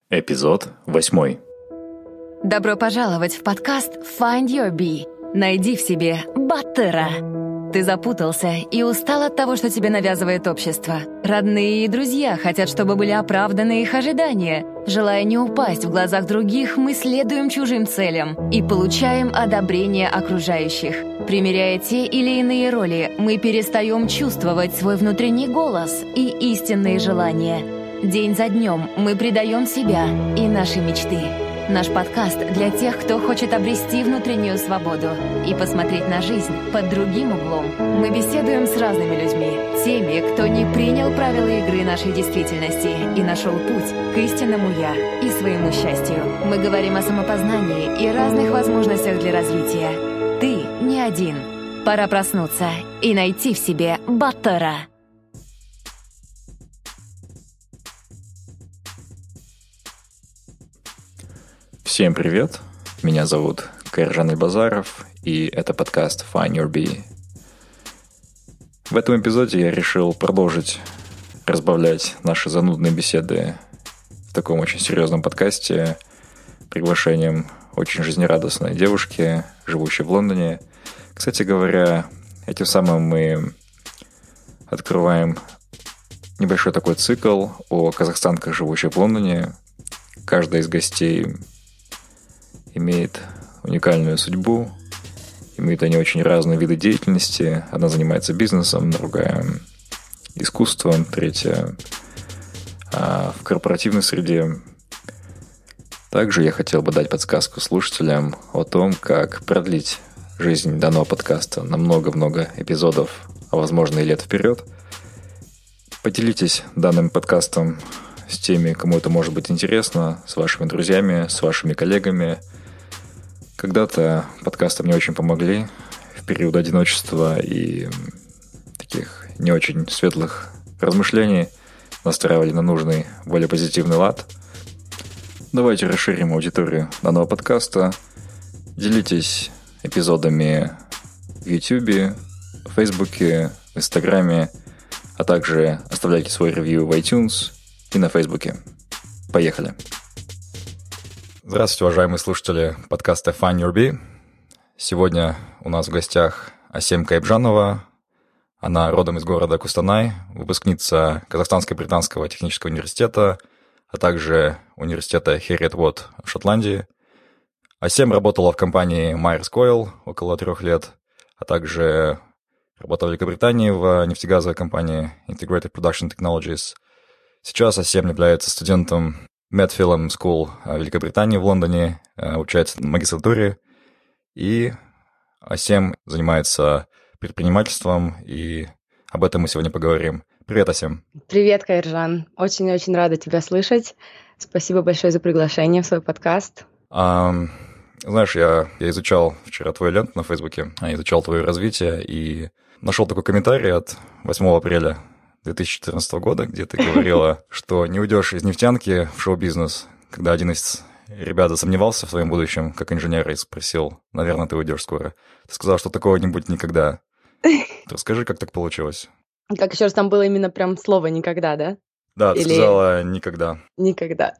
Эпизод 8. Добро пожаловать в подкаст Find Your Bee. Найди в себе баттера. Ты запутался и устал от того, что тебе навязывает общество. Родные и друзья хотят, чтобы были оправданы их ожидания. Желая не упасть в глазах других, мы следуем чужим целям и получаем одобрение окружающих. Примеряя те или иные роли, мы перестаем чувствовать свой внутренний голос и истинные желания. День за днем мы предаем себя и наши мечты. Наш подкаст для тех, кто хочет обрести внутреннюю свободу и посмотреть на жизнь под другим углом. Мы беседуем с разными людьми, теми, кто не принял правила игры нашей действительности и нашел путь к истинному «я» и своему счастью. Мы говорим о самопознании и разных возможностях для развития. Ты не один. Пора проснуться и найти в себе баттера. Всем привет, меня зовут Кайыржан Альбазаров, и это подкаст Find Your Bee. В этом эпизоде я решил продолжить разбавлять наши занудные беседы в таком очень серьезном подкасте приглашением очень жизнерадостной девушки, живущей в Лондоне. Кстати говоря, этим самым мы открываем небольшой такой цикл о казахстанках, живущих в Лондоне. Каждая из гостей имеет уникальную судьбу, имеют они очень разные виды деятельности. Одна занимается бизнесом, другая искусством, третья в корпоративной среде. Также я хотел бы дать подсказку слушателям о том, как продлить жизнь данного подкаста на много-много эпизодов, а возможно и лет вперед. Поделитесь данным подкастом с теми, кому это может быть интересно, с вашими друзьями, с вашими коллегами. Когда-то подкасты мне очень помогли в период одиночества и таких не очень светлых размышлений, настраивали на нужный, более позитивный лад. Давайте расширим аудиторию данного подкаста. Делитесь эпизодами в YouTube, в Facebook, в Instagram, а также оставляйте свой ревью в iTunes и на Фейсбуке. Поехали! Здравствуйте, уважаемые слушатели подкаста Find Your Bee. Сегодня у нас в гостях Асем Кайыпжанова. Она родом из города Кустанай, выпускница Казахстанско-Британского технического университета, а также университета Херет-Вод в Шотландии. Асем работала в компании Myers Coil около 3 лет, а также работала в Великобритании в нефтегазовой компании Integrated Production Technologies. Сейчас Асем является студентом Medfilm School в Великобритании, в Лондоне, учается на магистратуре. И Асем занимается предпринимательством, и об этом мы сегодня поговорим. Привет, Асем. Привет, Кайыржан. Очень-очень рада тебя слышать. Спасибо большое за приглашение в свой подкаст. Знаешь, я изучал вчера твою ленту на Фейсбуке, изучал твое развитие и нашел такой комментарий от 8 апреля 2014 года, где ты говорила, что не уйдешь из нефтянки в шоу-бизнес, когда один из ребят засомневался в твоем будущем как инженера и спросил, наверное, ты уйдешь скоро. Ты сказала, что такого не будет никогда. Расскажи, как так получилось? Как еще раз там было именно прям слово «никогда», да? Да, ты сказала «никогда». Никогда.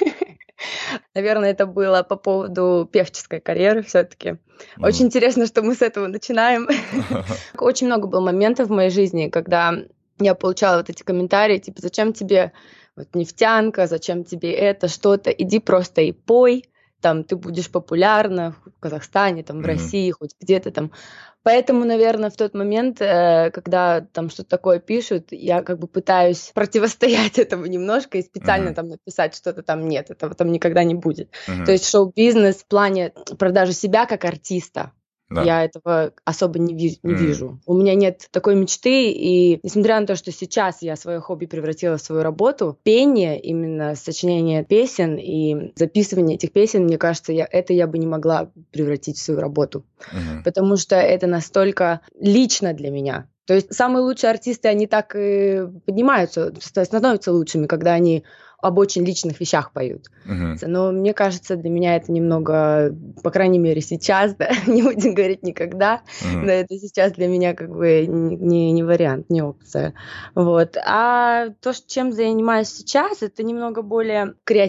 Наверное, это было по поводу певческой карьеры все-таки. Очень интересно, что мы с этого начинаем. Очень много было моментов в моей жизни, когда я получала вот эти комментарии, типа, зачем тебе вот нефтянка, зачем тебе это, что-то, иди просто и пой, там, ты будешь популярна в Казахстане, там, в России, хоть где-то там. Поэтому, наверное, в тот момент, когда там что-то такое пишут, я как бы пытаюсь противостоять этому немножко и специально там написать что-то там нет, этого там никогда не будет. То есть шоу-бизнес в плане продажи себя как артиста, да. Я этого особо не вижу. У меня нет такой мечты, и несмотря на то, что сейчас я свое хобби превратила в свою работу, пение, именно сочинение песен и записывание этих песен, мне кажется, я бы не могла превратить в свою работу, потому что это настолько лично для меня. То есть самые лучшие артисты, они так и поднимаются, становятся лучшими, когда они об очень личных вещах поют. Но мне кажется, для меня это немного, по крайней мере, сейчас, да, не будем говорить никогда, но это сейчас для меня как бы не вариант, не опция. Вот. А то, чем занимаюсь сейчас, это немного более креатив.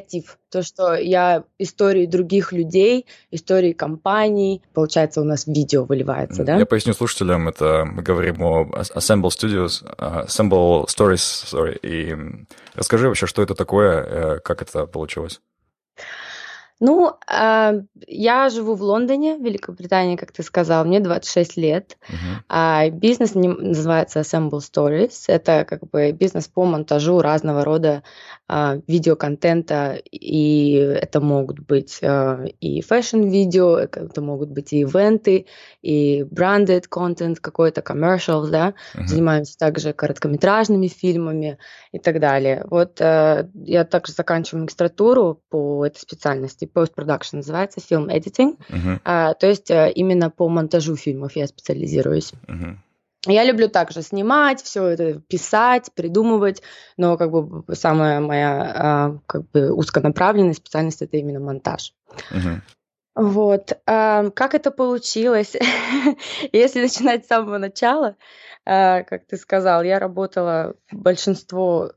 То, что я истории других людей, истории компаний, получается, у нас в видео выливается, да? Я поясню слушателям, это мы говорим о Assemble Studios, Assemble Stories, sorry, и расскажи вообще, что это такое, как это получилось? Ну, я живу в Лондоне, в Великобритании, как ты сказал, мне 26 лет. Бизнес называется Assemble Stories. Это как бы бизнес по монтажу разного рода видеоконтента, и это могут быть и фэшн-видео, это могут быть и ивенты, и branded content, какой-то commercial, да. Занимаемся также короткометражными фильмами и так далее. Вот я также заканчиваю магистратуру по этой специальности. Post-production называется, film editing. То есть именно по монтажу фильмов я специализируюсь. Я люблю также снимать, все это писать, придумывать, но как бы самая моя как бы узконаправленная специальность — это именно монтаж. Вот. Как это получилось? Если начинать с самого начала, как ты сказал, я работала большинство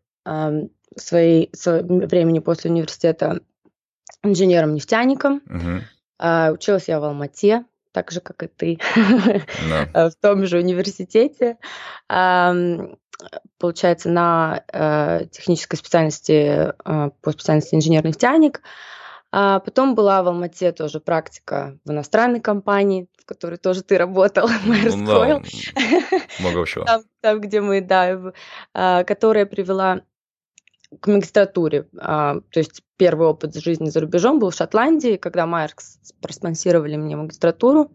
времени после университета инженером-нефтяником. Училась я в Алмате, так же, как и ты, в том же университете. Получается, на технической специальности, по специальности инженер-нефтяник. Потом была в Алмате тоже практика в иностранной компании, в которой тоже ты работал, Maersk Oil. Много чего. Там, где мы, да, которая привела к магистратуре. То есть первый опыт жизни за рубежом был в Шотландии, когда Maersk проспонсировали мне магистратуру.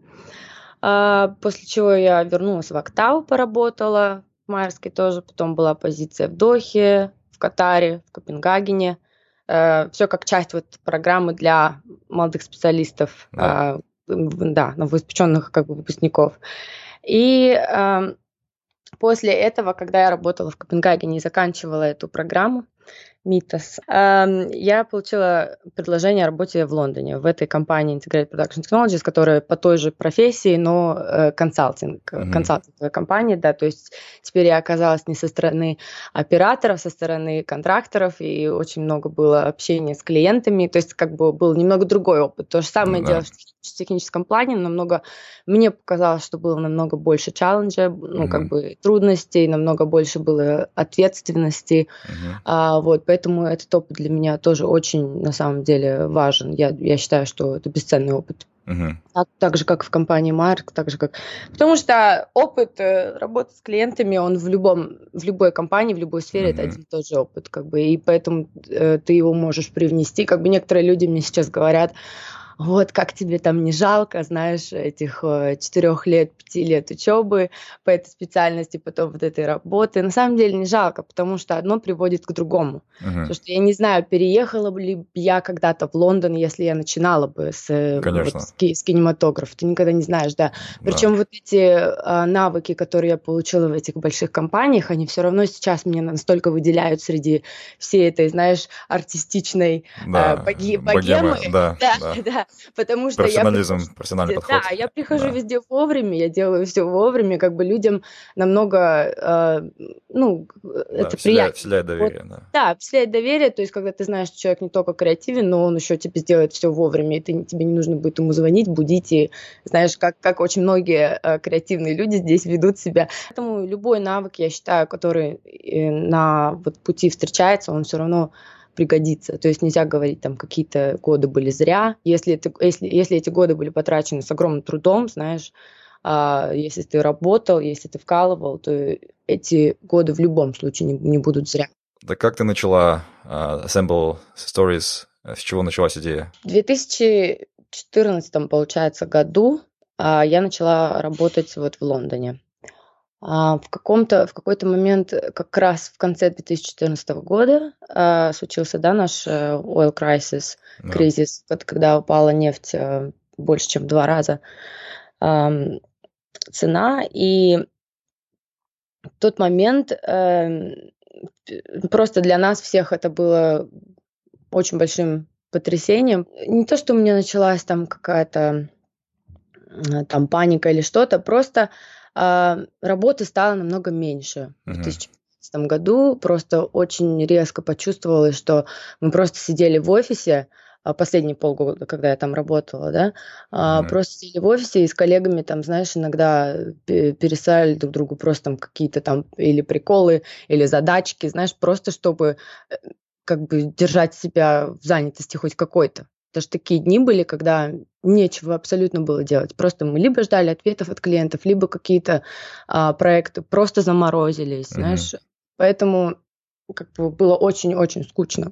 После чего я вернулась в Актау, поработала в Maersk тоже. Потом была позиция в Дохе, в Катаре, в Копенгагене. Все как часть вот программы для молодых специалистов, новоиспеченных как бы выпускников. И после этого, когда я работала в Копенгагене и заканчивала эту программу МИТАС, я получила предложение о работе в Лондоне, в этой компании Integrated Production Technologies, которая по той же профессии, но консалтинговая компания, да, то есть теперь я оказалась не со стороны операторов, со стороны контракторов, и очень много было общения с клиентами, то есть как бы был немного другой опыт. То же самое дело в техническом плане, намного, мне показалось, что было намного больше челленджа, как бы трудностей, намного больше было ответственности, вот, поэтому этот опыт для меня тоже очень, на самом деле, важен. Я считаю, что это бесценный опыт. Так же, как в компании Maersk, так же, как... Потому что опыт работы с клиентами, он в любой компании, в любой сфере, это один и тот же опыт, как бы, и поэтому ты его можешь привнести. Как бы некоторые люди мне сейчас говорят: вот как тебе там не жалко, знаешь, этих 4 лет, 5 лет учебы по этой специальности, потом вот этой работы. На самом деле не жалко, потому что одно приводит к другому. Потому что я не знаю, переехала бы ли я когда-то в Лондон, если я начинала бы с кинематографа. Ты никогда не знаешь, да. Причем вот эти навыки, которые я получила в этих больших компаниях, они все равно сейчас меня настолько выделяют среди всей этой, знаешь, артистичной богемы. Да. Потому что профессиональный подход. Да, я прихожу везде вовремя, я делаю все вовремя, как бы людям намного, это приятно. Вселяет доверие, Да, вселяет доверие, то есть когда ты знаешь, что человек не только креативен, но он еще тебе сделает все вовремя, и тебе не нужно будет ему звонить, будить, и знаешь, как очень многие креативные люди здесь ведут себя. Поэтому любой навык, я считаю, который на вот пути встречается, он все равно пригодится. То есть нельзя говорить, там, какие-то годы были зря. Если эти годы были потрачены с огромным трудом, знаешь, если ты работал, если ты вкалывал, то эти годы в любом случае не будут зря. Да как ты начала Assemble Stories? С чего началась идея? В 2014, получается, году я начала работать вот в Лондоне. В какой-то момент, как раз в конце 2014 года, случился, да, наш oil crisis, кризис, когда упала нефть больше, чем в 2 раза цена. И в тот момент просто для нас всех это было очень большим потрясением. Не то, что у меня началась там какая-то там паника или что-то, просто работы стало намного меньше в 2015 2019 году просто очень резко почувствовалось, что мы просто сидели в офисе, последние полгода, когда я там работала, да, просто сидели в офисе и с коллегами там, знаешь, иногда пересылали друг другу просто там какие-то там или приколы, или задачки, знаешь, просто чтобы как бы держать себя в занятости хоть какой-то. Потому что такие дни были, когда нечего абсолютно было делать. Просто мы либо ждали ответов от клиентов, либо какие-то проекты просто заморозились, знаешь. Поэтому как бы было очень-очень скучно.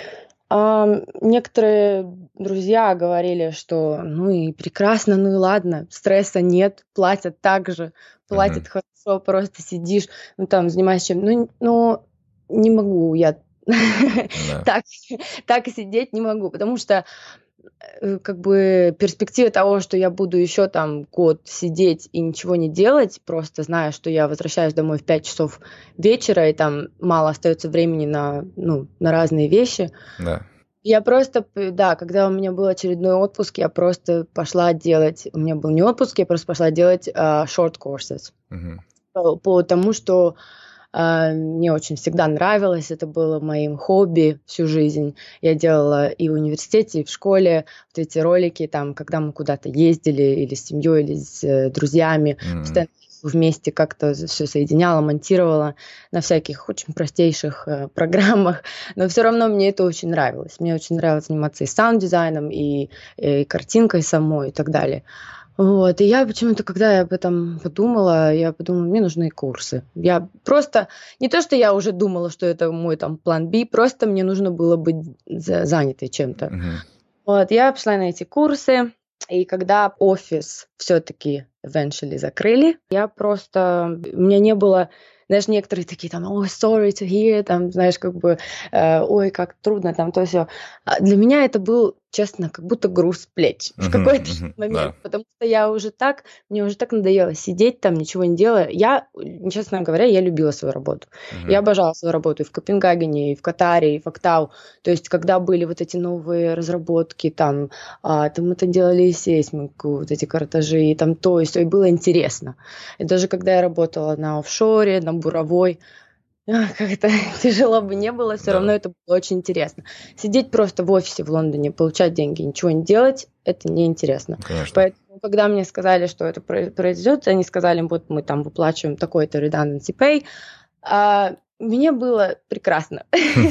Некоторые друзья говорили, что ну и прекрасно, ну и ладно, стресса нет, платят так же, платят хорошо, просто сидишь, ну там занимаешься чем. Ну не могу я так сидеть не могу, потому что как бы перспектива того, что я буду еще там год сидеть и ничего не делать, просто зная, что я возвращаюсь домой в 5 часов вечера, и там мало остается времени на разные вещи. Да. Я просто, да, когда у меня был очередной отпуск, я просто пошла делать, у меня был не отпуск, я просто пошла делать short courses. По тому, что мне очень всегда нравилось, это было моим хобби всю жизнь. Я делала и в университете, и в школе вот эти ролики, там, когда мы куда-то ездили или с семьей, или с друзьями, постоянно вместе как-то все соединяла, монтировала на всяких очень простейших программах, но все равно мне это очень нравилось. Мне очень нравилось заниматься и саунд-дизайном, и картинкой самой, и так далее. Вот, и я почему-то, когда я об этом подумала, мне нужны курсы. Я просто, не то, что я уже думала, что это мой там план B, просто мне нужно было быть занятой чем-то. Вот, я пошла на эти курсы, и когда офис все-таки eventually закрыли, у меня не было, знаешь, некоторые такие там, ой, sorry to hear, там, знаешь, как бы, ой, как трудно, там, то все. Для меня это был, честно, как будто груз с плеч в какой-то момент, потому что мне уже так надоело сидеть там, ничего не делая. Я, честно говоря, я любила свою работу. Я обожала свою работу и в Копенгагене, и в Катаре, и в Актау. То есть, когда были вот эти новые разработки, там мы то делали сейсмику, вот эти картажи, и там то, и все, и было интересно. И даже когда я работала на офшоре, на буровой, как это тяжело бы не было, все равно это было очень интересно. Сидеть просто в офисе в Лондоне, получать деньги, ничего не делать, это неинтересно. Поэтому, когда мне сказали, что это произойдет, они сказали, вот мы там выплачиваем такой-то redundancy pay, мне было прекрасно.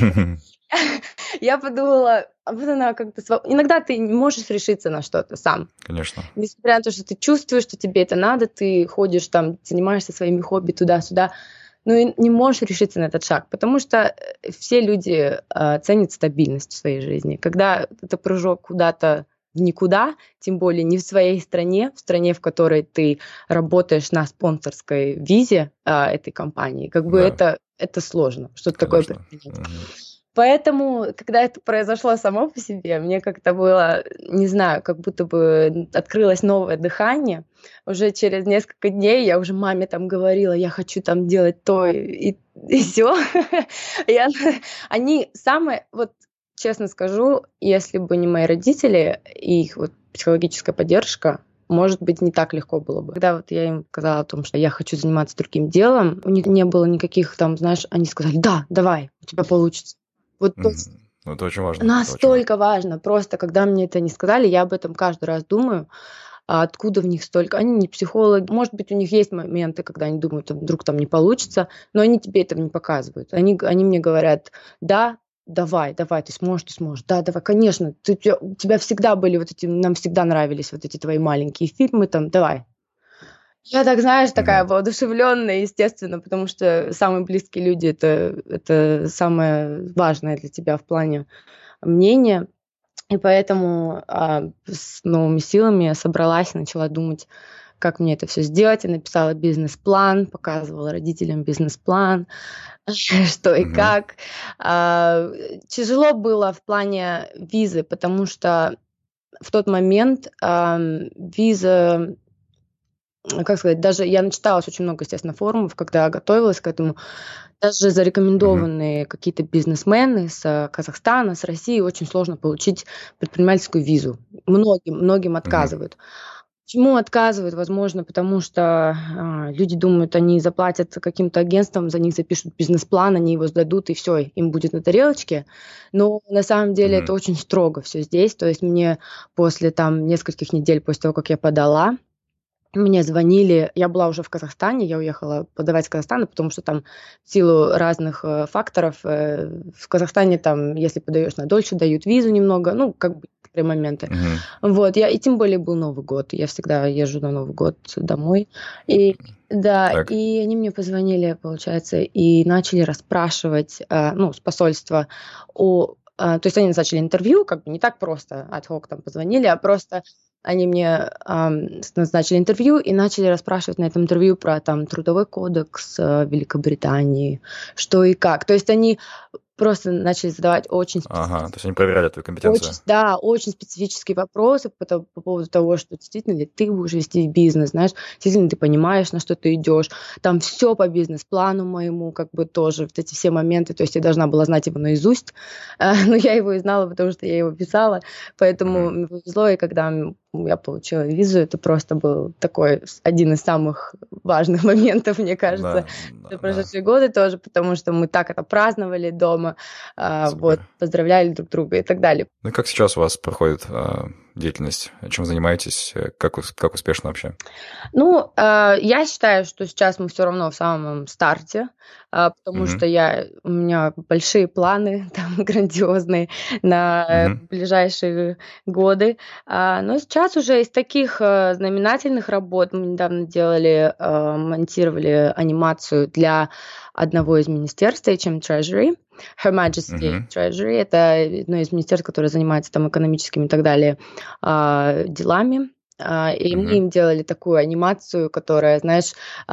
Я подумала, вот она как-то... Иногда ты не можешь решиться на что-то сам. Конечно. Несмотря на то, что ты чувствуешь, что тебе это надо, ты ходишь там, занимаешься своими хобби туда-сюда, но и не можешь решиться на этот шаг, потому что все люди ценят стабильность в своей жизни. Когда это прыжок куда-то в никуда, тем более не в своей стране, в стране, в которой ты работаешь на спонсорской визе этой компании, как бы это сложно, что-то такое предпринять. Поэтому, когда это произошло само по себе, мне как-то было, не знаю, как будто бы открылось новое дыхание. Уже через несколько дней я уже маме там говорила, я хочу там делать то и все. Они самые, вот честно скажу, если бы не мои родители и их вот психологическая поддержка, может быть, не так легко было бы. Когда вот я им сказала о том, что я хочу заниматься другим делом, у них не было никаких там, знаешь, они сказали, да, давай, у тебя получится. Вот это очень важно. Настолько важно. Просто, когда мне это не сказали, я об этом каждый раз думаю. А откуда в них столько? Они не психологи. Может быть, у них есть моменты, когда они думают, вдруг там не получится, но они тебе этого не показывают. Они мне говорят, да, давай, ты сможешь. Да, давай, конечно. У тебя всегда были вот эти, нам всегда нравились вот эти твои маленькие фильмы, там, давай. Я так, знаешь, такая воодушевленная, естественно, потому что самые близкие люди это самое важное для тебя в плане мнения. И поэтому с новыми силами я собралась и начала думать, как мне это все сделать. Я написала бизнес-план, показывала родителям бизнес-план, что и как. Тяжело было в плане визы, потому что в тот момент виза... Как сказать, даже я начиталась очень много, естественно, форумов, когда готовилась к этому. Даже зарекомендованные какие-то бизнесмены с Казахстана, с России очень сложно получить предпринимательскую визу. Многим отказывают. Почему отказывают? Возможно, потому что люди думают, они заплатят каким-то агентствам, за них запишут бизнес-план, они его сдадут, и все, им будет на тарелочке. Но на самом деле это очень строго все здесь. То есть мне после нескольких недель после того, как я подала, мне звонили, я была уже в Казахстане, я уехала подавать в Казахстан, потому что там в силу разных факторов в Казахстане там, если подаешь на дольше, дают визу немного, как бы некоторые моменты. Вот, и тем более был Новый год, я всегда езжу на Новый год домой. И они мне позвонили, получается, и начали расспрашивать, с посольства то есть они назначили интервью, как бы не так просто ad-hoc там позвонили, а просто они мне назначили интервью и начали расспрашивать на этом интервью про трудовой кодекс Великобритании, что и как. То есть они просто начали задавать очень то есть они проверяли твою компетенцию. Очень специфические вопросы по поводу того, что действительно ли ты будешь вести бизнес, знаешь, действительно ты понимаешь, на что ты идешь. Там все по бизнес-плану моему, как бы тоже, вот эти все моменты, то есть я должна была знать его наизусть, но я его и знала, потому что я его писала, поэтому мне повезло, и когда я получила визу, это просто был такой один из самых важных моментов, мне кажется, за прошедшие годы тоже, потому что мы так это праздновали дома, поздравляли друг друга и так далее. Ну и как сейчас у вас проходит деятельность? Чем занимаетесь? Как успешно вообще? Я считаю, что сейчас мы все равно в самом старте, потому что у меня большие планы, грандиозные на ближайшие годы. Но сейчас уже из таких знаменательных работ мы недавно монтировали анимацию для одного из министерств, HM Treasury, Her Majesty Treasury. Это одно из министерств, которое занимается экономическими и так далее делами. И мы им делали такую анимацию, которая, знаешь,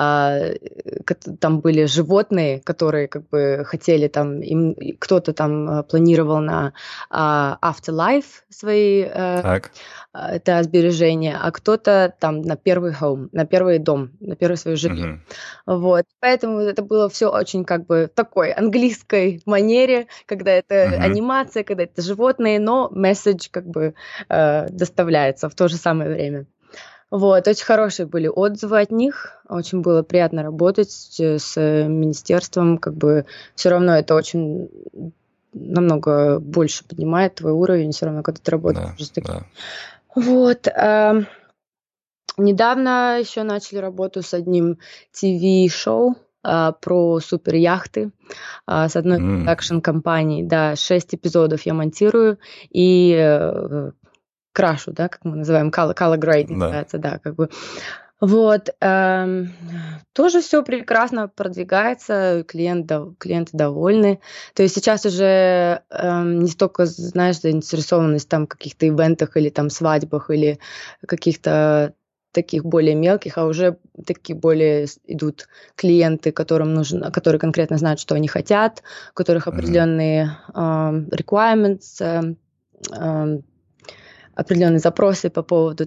там были животные, которые как бы хотели кто-то планировал на afterlife свои это сбережения, а кто-то на первый home, на первый дом, на первое свое жилье. Вот. Поэтому это было все очень как бы в такой английской манере, когда это анимация, когда это животные, но месседж как бы доставляется в то же самое время. Вот, очень хорошие были отзывы от них, очень было приятно работать с министерством, как бы все равно это очень намного больше поднимает твой уровень, все равно, когда ты работаешь с таким. Вот. Недавно еще начали работу с одним ТВ-шоу про суперяхты с одной продакшн-компанией. Да, 6 эпизодов я монтирую и крашу, да, как мы называем, color grade называется, да, как бы. Вот. Тоже все прекрасно продвигается, клиенты довольны. То есть сейчас уже не столько, знаешь, заинтересованность в каких-то ивентах или свадьбах или каких-то таких более мелких, а уже такие более идут клиенты, которые конкретно знают, что они хотят, у которых определенные requirements, определенные запросы по поводу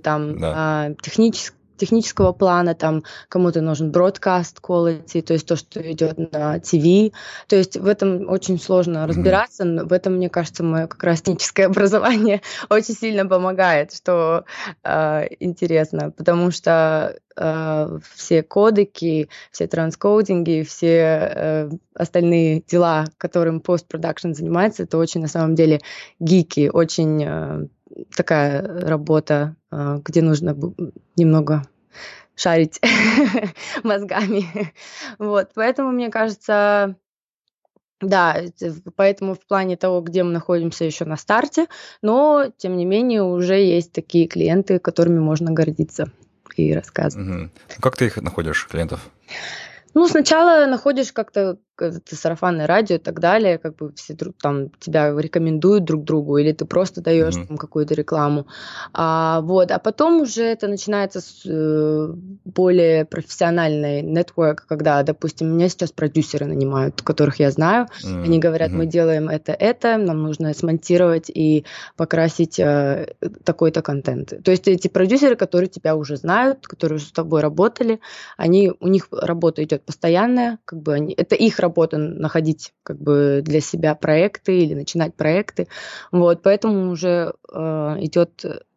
технического плана, кому-то нужен broadcast quality, то есть то, что идет на ТВ. То есть в этом очень сложно разбираться, но в этом, мне кажется, мое как раз техническое образование очень сильно помогает, что интересно, потому что все кодеки, все транскодинги, все остальные дела, которым постпродакшн занимается, это очень, на самом деле, гики, очень такая работа, где нужно немного шарить мозгами. Вот, поэтому, мне кажется, да, поэтому в плане того, где мы находимся еще на старте, но, тем не менее, уже есть такие клиенты, которыми можно гордиться и рассказывать. Как ты их находишь, клиентов? Сначала находишь как-то сарафанное радио и так далее, как бы все тебя рекомендуют друг другу, или ты просто даешь какую-то рекламу. А потом уже это начинается с более профессиональной network, когда, допустим, меня сейчас продюсеры нанимают, которых я знаю. Они говорят, мы делаем это, нам нужно смонтировать и покрасить такой-то контент. То есть эти продюсеры, которые тебя уже знают, которые уже с тобой работали, у них работа идет постоянная, как бы это их работа находить как бы для себя проекты или начинать проекты. Вот, поэтому уже идет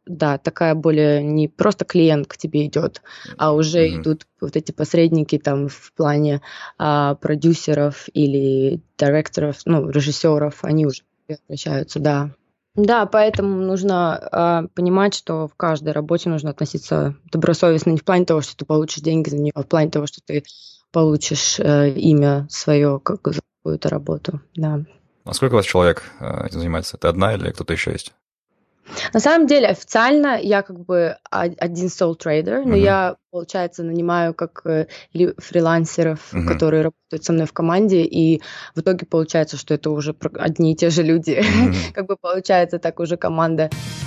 да, такая более не просто клиент к тебе идет, а уже идут вот эти посредники там в плане продюсеров или директоров, ну, режиссеров, они уже обращаются, да. Да, поэтому нужно понимать, что в каждой работе нужно относиться добросовестно, не в плане того, что ты получишь деньги за нее, а в плане того, что ты получишь имя свое как за какую-то работу, да. А сколько у вас человек этим занимается? Это одна или кто-то еще есть? На самом деле, официально я как бы один sole trader, но я, получается, нанимаю как фрилансеров, которые работают со мной в команде, и в итоге получается, что это уже одни и те же люди. Как бы получается так уже команда.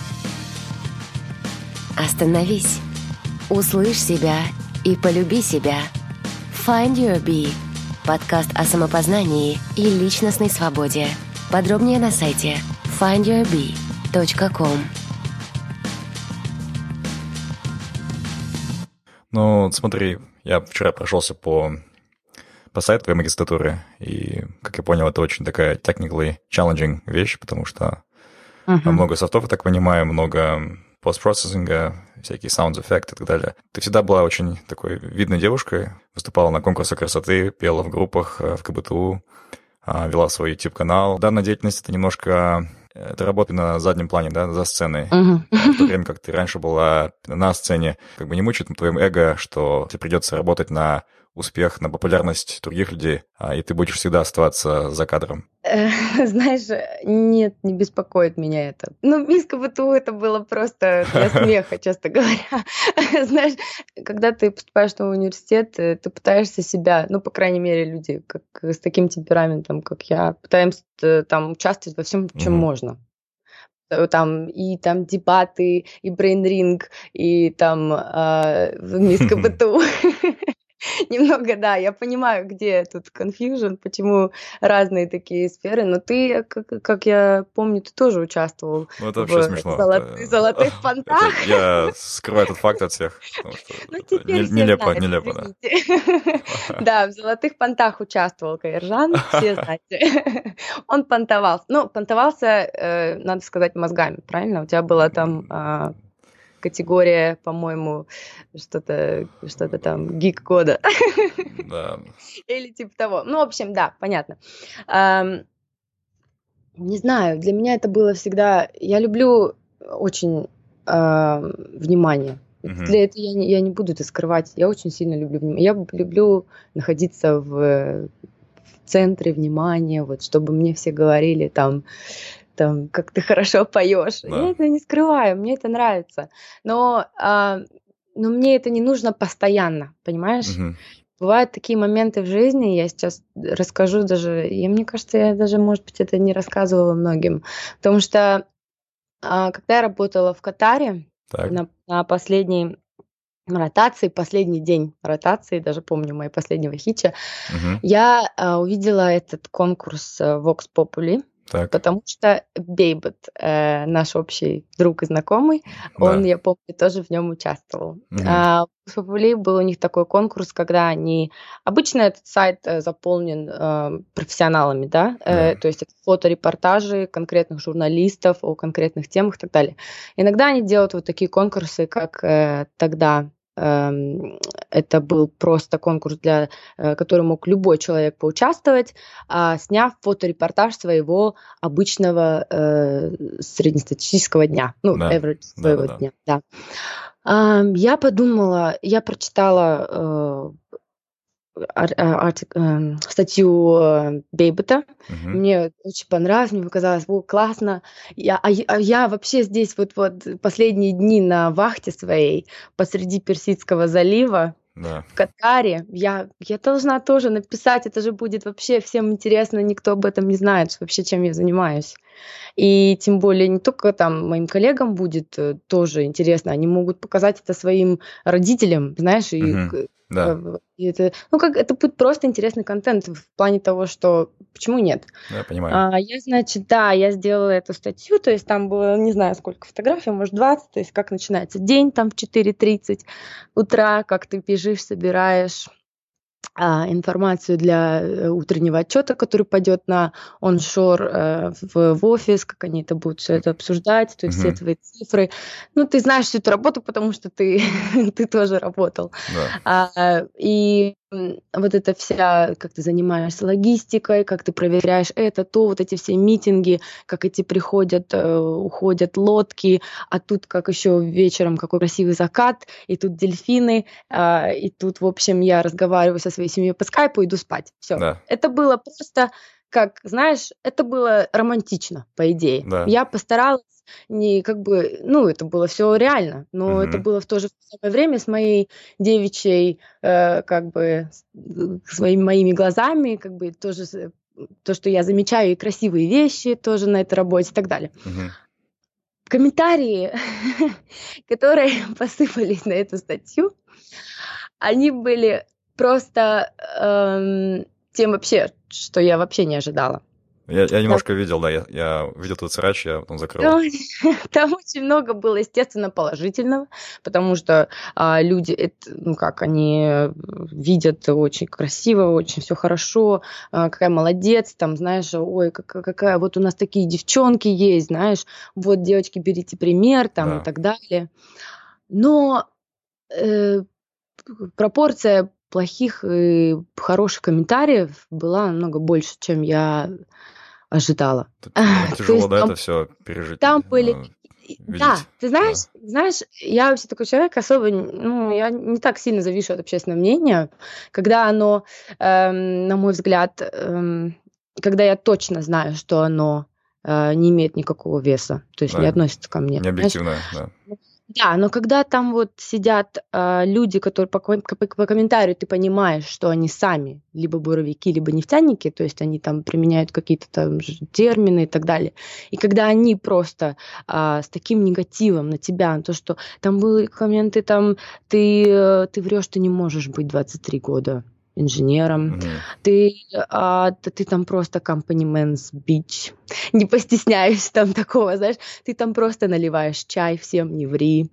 Остановись, услышь себя и полюби себя. Find Your Bee. Подкаст о самопознании и личностной свободе. Подробнее на сайте findyourbee.com. Ну, смотри, я вчера прошелся по сайту твоей магистратуры, и, как я понял, это очень такая technically challenging вещь, потому что много софтов, я так понимаю, много постпроцессинга, всякие sound-эффекты и так далее. Ты всегда была очень такой видной девушкой, выступала на конкурсах красоты, пела в группах в КБТУ, вела свой YouTube-канал. Данная деятельность — это немножко... Это работа на заднем плане, да, за сценой. В то время как ты раньше была на сцене, как бы не мучает на твоем эго, что тебе придется работать на успех, на популярность других людей, и ты будешь всегда оставаться за кадром. Знаешь, нет, не беспокоит меня это. Ну, мисс КБТУ это было просто для смеха, честно говоря. Знаешь, когда ты поступаешь в университет, ты пытаешься себя, ну, по крайней мере, люди как с таким темпераментом, как я, пытаемся там участвовать во всем, чем можно. Там и там дебаты, и брейнринг, и там мисс КБТУ. Немного, да, я понимаю, где тут confusion, почему разные такие сферы, но ты, как я помню, ты тоже участвовал в золотых понтах. Я скрываю этот факт от всех, потому что нелепо, да. Да, в золотых понтах участвовал Каиржан, все знаете. Он понтовался. Ну, понтовался, надо сказать, мозгами, правильно? У тебя была там... категория, по-моему, что-то там, гик года. Да. Или типа того. Ну, в общем, да, понятно. Не знаю, для меня это было всегда... Я люблю очень внимание. Для этого я не буду это скрывать. Я очень сильно люблю внимание. Я люблю находиться в центре внимания, вот, чтобы мне все говорили там, как ты хорошо поешь. Да. Я это не скрываю, мне это нравится. Но мне это не нужно постоянно, понимаешь? Бывают такие моменты в жизни, я сейчас расскажу даже, и мне кажется, я даже, может быть, это не рассказывала многим, потому что когда я работала в Катаре на последней ротации, последний день ротации, даже помню моего последнего хитча, я увидела этот конкурс Vox Populi. Так. Потому что Бейбет, наш общий друг и знакомый, он, я помню, тоже в нем участвовал. В Попули был у них такой конкурс, когда они... Обычно этот сайт заполнен профессионалами, да? То есть это фоторепортажи конкретных журналистов о конкретных темах и так далее. Иногда они делают вот такие конкурсы, как тогда... Это был просто конкурс, который мог любой человек поучаствовать, сняв фоторепортаж своего обычного среднестатистического дня, average своего дня. Да. Я подумала, я прочитала статью Бейбета. Мне очень понравилось, мне показалось, классно. Я вообще здесь вот последние дни на вахте своей посреди Персидского залива в Катаре. Я должна тоже написать, это же будет вообще всем интересно, никто об этом не знает, вообще чем я занимаюсь. И тем более не только там моим коллегам будет тоже интересно, они могут показать это своим родителям, знаешь, и это, это будет просто интересный контент в плане того, что почему нет? Я понимаю. Я сделала эту статью, то есть там было, не знаю, сколько фотографий, может 20, то есть как начинается день там в 4:30 утра, как ты бежишь, собираешь информацию для утреннего отчета, который пойдет на оншор в офис, как они это будут все это обсуждать, то есть все твои цифры. Ну, ты знаешь всю эту работу, потому что ты тоже работал. И вот эта вся, как ты занимаешься логистикой, как ты проверяешь это, то, вот эти все митинги, как эти приходят, уходят лодки, а тут как еще вечером какой красивый закат, и тут дельфины, и тут, в общем, я разговариваю со своей семьей по скайпу, иду спать. Все. Да. Это было просто, как, знаешь, это было романтично, по идее. Да. Я постаралась не как бы, ну, это было все реально, но это было в то же самое время с моей девичьей, как бы, своими моими глазами, как бы, тоже то, что я замечаю, и красивые вещи тоже на этой работе и так далее. Комментарии, которые посыпались на эту статью, они были просто тем вообще, что я вообще не ожидала. Я немножко видел, да, я видел тут срач, я потом закрыл. Там очень много было, естественно, положительного, потому что люди, ну как, они видят очень красиво, очень все хорошо, какая молодец, там, знаешь, ой, какая, вот у нас такие девчонки есть, знаешь, вот, девочки, берите пример, там, и так далее. Но пропорция плохих и хороших комментариев была намного больше, чем я ожидала. Тяжело, да, это все пережить. Там были... Да, ты знаешь, я вообще такой человек особо, ну, я не так сильно завишу от общественного мнения, когда оно, на мой взгляд, когда я точно знаю, что оно не имеет никакого веса, то есть не относится ко мне. Не объективно, да. Да, но когда там вот сидят люди, которые по комментарию ты понимаешь, что они сами либо буровики, либо нефтяники, то есть они там применяют какие-то там термины и так далее, и когда они просто с таким негативом на тебя, то, что там были комменты, там ты врешь, ты не можешь быть 23 года инженером, ты там просто company man's bitch, не постесняюсь там такого, знаешь, ты там просто наливаешь чай, всем не ври,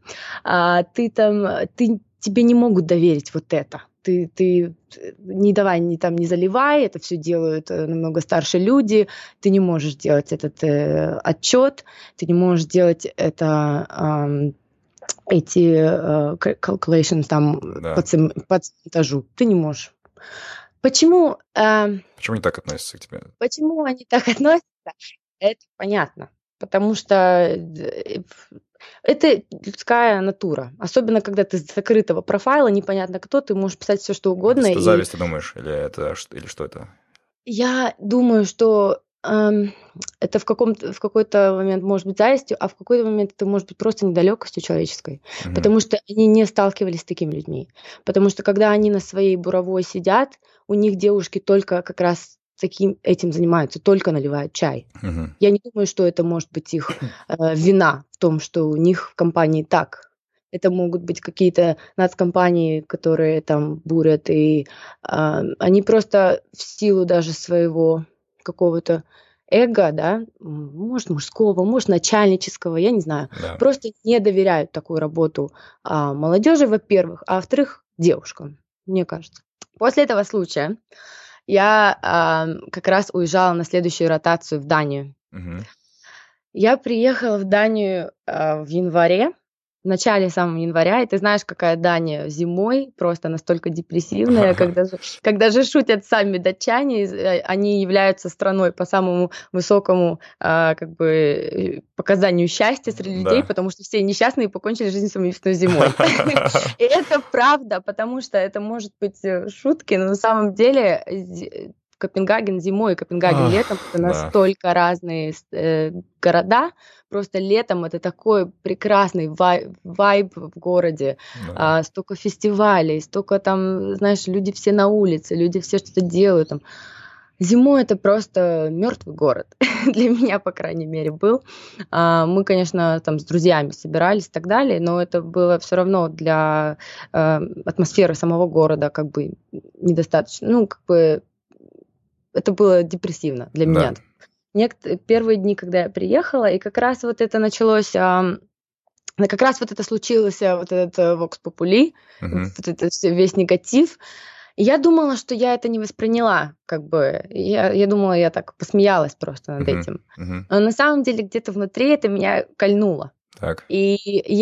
тебе не могут доверить вот это, ты не давай, не заливай, это все делают намного старше люди, ты не можешь делать этот отчет, ты не можешь делать это эти calculations там по центажу, ты не можешь. Почему они так относятся к тебе? Почему они так относятся? Это понятно. Потому что это людская натура. Особенно, когда ты с закрытого профайла, непонятно кто, ты можешь писать все, что угодно. Это зависть, ты думаешь? Или что это? Я думаю, что это в какой-то момент может быть завистью, а в какой-то момент это может быть просто недалекостью человеческой. Потому что они не сталкивались с такими людьми. Потому что когда они на своей буровой сидят, у них девушки только как раз этим занимаются, только наливают чай. Я не думаю, что это может быть их вина в том, что у них в компании так. Это могут быть какие-то нацкомпании, которые там бурят, и они просто в силу даже своего какого-то эго, да, может мужского, может начальнического, я не знаю, просто не доверяют такую работу молодежи, во-первых, а во-вторых, девушкам, мне кажется. После этого случая я как раз уезжала на следующую ротацию в Данию. Я приехала в Данию в январе, в начале самого января, и ты знаешь, какая Дания зимой, просто настолько депрессивная, когда же шутят сами датчане, они являются страной по самому высокому как бы показанию счастья среди людей, потому что все несчастные покончили жизнь самоубийственной зимой. И это правда, потому что это может быть шутки, но на самом деле Копенгаген зимой и Копенгаген летом — это настолько разные города. Просто летом это такой прекрасный вайб в городе. Столько фестивалей, столько там, знаешь, люди все на улице, люди все что-то делают. Там. Зимой это просто мертвый город. Для меня, по крайней мере, был. Мы, конечно, там с друзьями собирались и так далее, но это было все равно для атмосферы самого города как бы недостаточно. Ну, как бы это было депрессивно для меня. Первые дни, когда я приехала, и как раз вот это началось, как раз вот это случилось, вот этот Vox Populi, вот это весь негатив. Я думала, что я это не восприняла, как бы. Я думала, я так посмеялась просто над этим. Но на самом деле где-то внутри это меня кольнуло. Так. И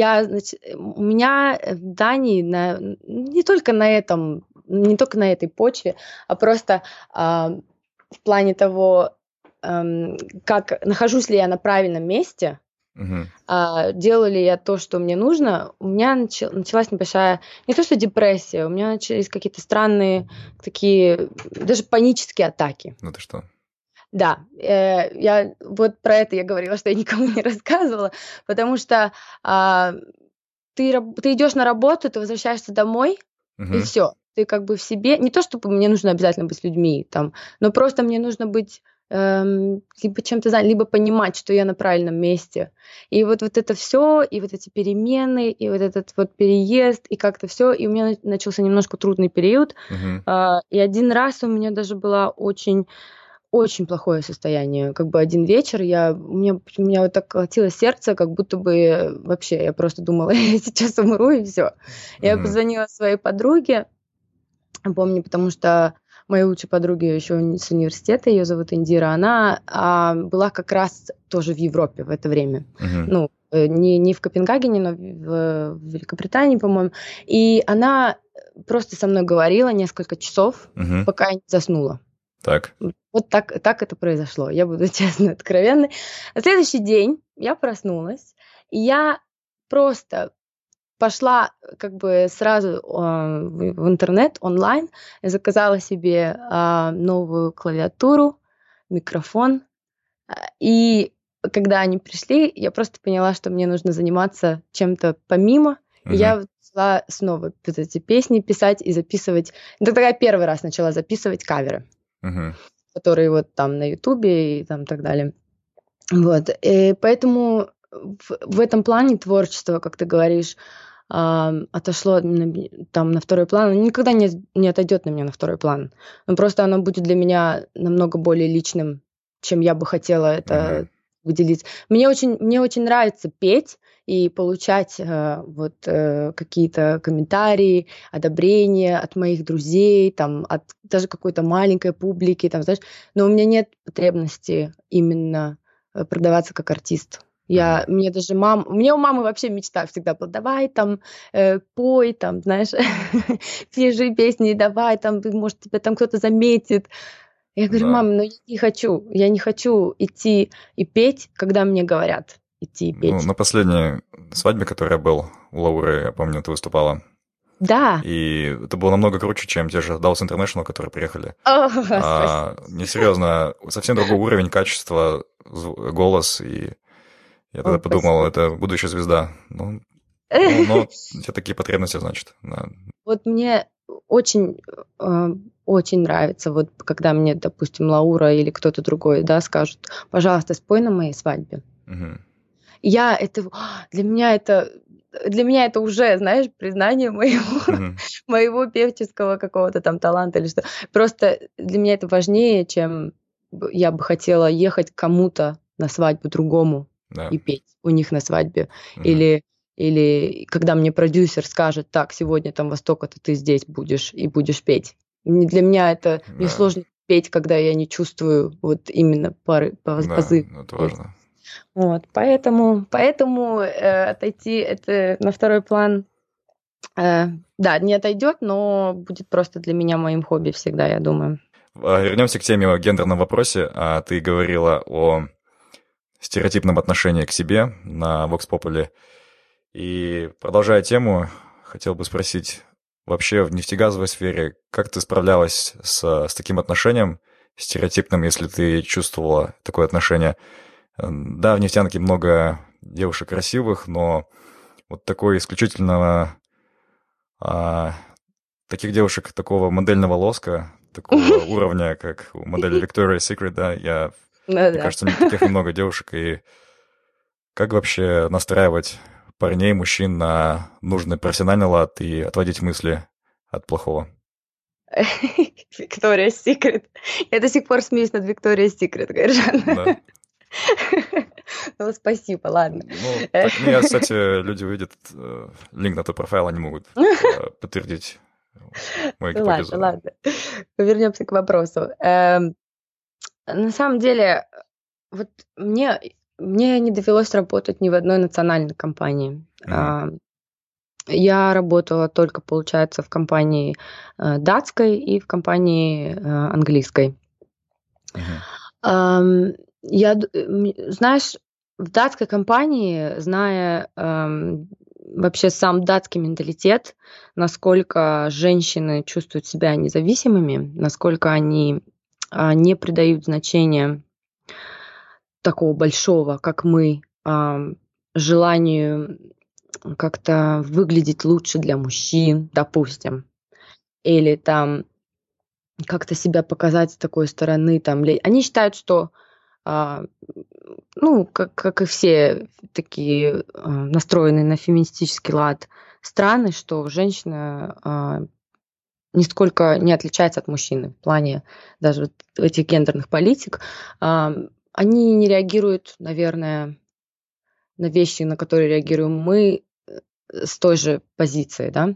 у меня в Дании не только на этой почве, а просто в плане того, как нахожусь ли я на правильном месте, делала ли я то, что мне нужно, у меня началась небольшая, не то что депрессия, у меня начались какие-то странные такие, даже панические атаки. Ну ты что? Да, я вот про это я говорила, что я никому не рассказывала, потому что ты идешь на работу, ты возвращаешься домой, и все. Ты как бы в себе... Не то, чтобы мне нужно обязательно быть с людьми, там, но просто мне нужно быть либо чем-то занят, либо понимать, что я на правильном месте. И вот это все, и вот эти перемены, и вот этот вот переезд, и как-то все. И у меня начался немножко трудный период. И один раз у меня даже было очень плохое состояние. Как бы один вечер у меня вот так колотилось сердце, как будто бы вообще я просто думала, я сейчас умру, и все. Я позвонила своей подруге, помню, потому что моей лучшей подруги еще с университета, ее зовут Индира, она была как раз тоже в Европе в это время. Ну, не в Копенгагене, но в Великобритании, по-моему. И она просто со мной говорила несколько часов, пока я не заснула. Так. Вот так это произошло. Я буду честно, откровенной. На следующий день я проснулась, и я просто пошла как бы сразу в интернет, онлайн, заказала себе новую клавиатуру, микрофон. И когда они пришли, я просто поняла, что мне нужно заниматься чем-то помимо. И я начала снова эти песни писать и записывать. Тогда я первый раз начала записывать каверы, которые вот там на Ютубе и там так далее. Вот. И поэтому в этом плане творчество, как ты говоришь, отошло там на второй план. Оно никогда не отойдет на меня на второй план. Но просто оно будет для меня намного более личным, чем я бы хотела это выделить. Мне очень нравится петь и получать какие-то комментарии, одобрения от моих друзей, там, от даже какой-то маленькой публики, там, знаешь, но у меня нет потребности именно продаваться как артист. У меня у мамы вообще мечта всегда была, давай там, пой, там, знаешь, пиши песни, давай, там, может, тебя там кто-то заметит. Я говорю, мам, но я не хочу идти и петь, когда мне говорят идти и петь. Ну, на последней свадьбе, которая была у Лауры, я помню, ты выступала. Да. И это было намного круче, чем те же Dallas International, которые приехали. Несерьезно, совсем другой уровень, качество, голос, и я тогда подумал, это будущая звезда. Ну, у тебя такие потребности, значит. Да. Вот мне очень нравится, вот когда мне, допустим, Лаура или кто-то другой, да, скажут, пожалуйста, спой на моей свадьбе. Для меня это уже, знаешь, признание моего певческого какого-то там таланта или что. Просто для меня это важнее, чем я бы хотела ехать к кому-то на свадьбу другому и петь у них на свадьбе. Или когда мне продюсер скажет, так, сегодня там во столько-то ты здесь будешь и будешь петь. Для меня это мне сложно петь, когда я не чувствую вот именно позыв. Это важно. Вот, поэтому отойти это на второй план, не отойдет, но будет просто для меня моим хобби всегда, я думаю. Вернемся к теме о гендерном вопросе. Ты говорила о стереотипном отношении к себе на Vox Populi. И продолжая тему, хотел бы спросить, вообще в нефтегазовой сфере, как ты справлялась с таким отношением стереотипным, если ты чувствовала такое отношение? Да, в нефтянке много девушек красивых, но вот такой исключительно таких девушек, такого модельного лоска, такого уровня, как у модели Victoria's Secret, да, мне кажется, таких немного девушек. И как вообще настраивать парней, мужчин на нужный профессиональный лад и отводить мысли от плохого? Victoria's Secret. Я до сих пор смеюсь над Victoria's Secret, Гайржан. Да. Ну, спасибо, ладно. Кстати, люди увидят линк на твой профайл, они могут подтвердить мою Ну гипотезу. ладно, ладно. Вернемся к вопросу. На самом деле, вот мне не довелось работать ни в одной национальной компании. Я работала только, получается, в компании датской и в компании английской. Знаешь, в датской компании, зная вообще сам датский менталитет, насколько женщины чувствуют себя независимыми, насколько они не придают значения такого большого, как мы, желанию как-то выглядеть лучше для мужчин, допустим, или там как-то себя показать с такой стороны. Там, они считают, что, как и все такие настроенные на феминистический лад страны, что женщина нисколько не отличается от мужчины в плане даже вот этих гендерных политик. Они не реагируют, наверное, на вещи, на которые реагируем мы, с той же позиции, да.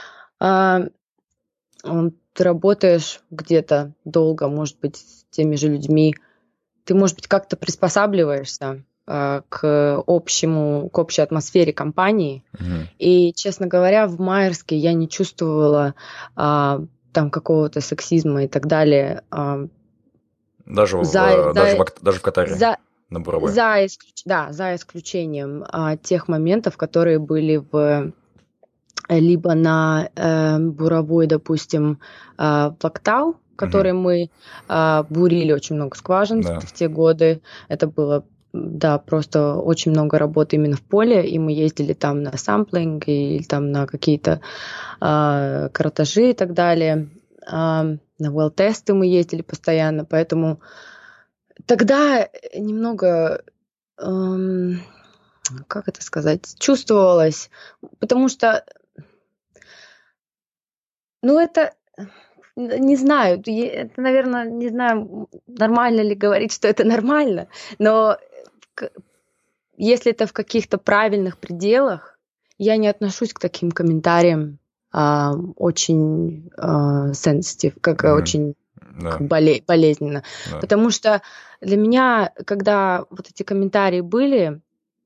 Ты работаешь где-то долго, может быть, с теми же людьми, ты, может быть, как-то приспосабливаешься к общей атмосфере компании. И, честно говоря, в Майерске я не чувствовала там какого-то сексизма и так далее. Даже в Катаре, на Бурабе. За исключением тех моментов, которые были либо на буровой, допустим, в Актау, который мы бурили очень много скважин в те годы. Это было, просто очень много работы именно в поле, и мы ездили там на самплинг или там на какие-то картажи и так далее. На well-тесты мы ездили постоянно, поэтому тогда немного, как это сказать, чувствовалось, потому что это, не знаю, это, наверное, не знаю, нормально ли говорить, что это нормально, но если это в каких-то правильных пределах, я не отношусь к таким комментариям очень sensitive, очень болезненно. Потому что для меня, когда вот эти комментарии были,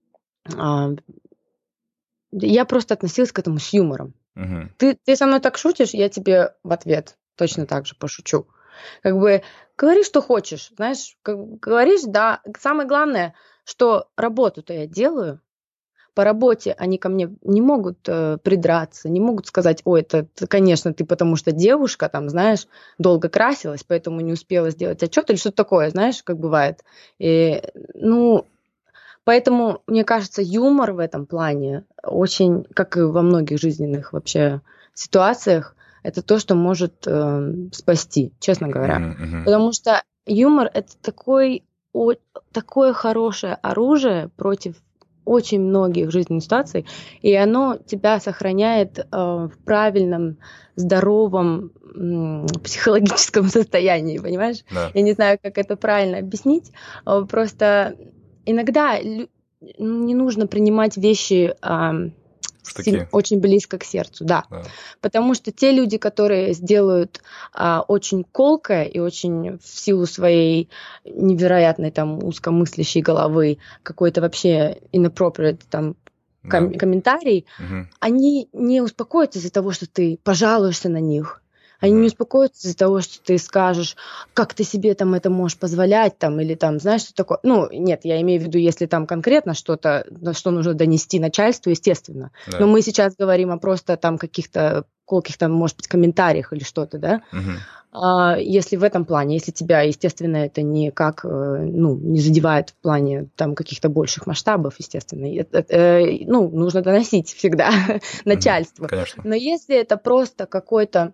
я просто относилась к этому с юмором. Ты со мной так шутишь, я тебе в ответ точно так же пошучу. Говори, что хочешь, знаешь, говоришь, да. Самое главное, что работу-то я делаю, по работе они ко мне не могут придраться, не могут сказать, ой, это, конечно, ты потому что девушка, там, знаешь, долго красилась, поэтому не успела сделать отчет или что-то такое, знаешь, как бывает. И, поэтому, мне кажется, юмор в этом плане очень, как и во многих жизненных вообще ситуациях, это то, что может спасти, честно говоря. Потому что юмор – это такое хорошее оружие против очень многих жизненных ситуаций, и оно тебя сохраняет в правильном, здоровом психологическом состоянии, понимаешь? Да. Я не знаю, как это правильно объяснить, просто иногда не нужно принимать вещи очень близко к сердцу, да. Потому что те люди, которые сделают очень колкое и очень в силу своей невероятной там узкомыслящей головы какой-то вообще inappropriate там комментарий, они не успокоятся из-за того, что ты пожалуешься на них. Они не успокоятся из-за того, что ты скажешь, как ты себе там это можешь позволять, там, или там, знаешь, что такое. Нет, я имею в виду, если там конкретно что-то, что нужно донести начальству, естественно. Да. Но мы сейчас говорим о просто там каких-то колких там, может быть, комментариях или что-то, да. Если в этом плане, если тебя, естественно, это никак, не задевает в плане там каких-то больших масштабов, естественно, нужно доносить всегда начальству. Конечно. Но если это просто какой-то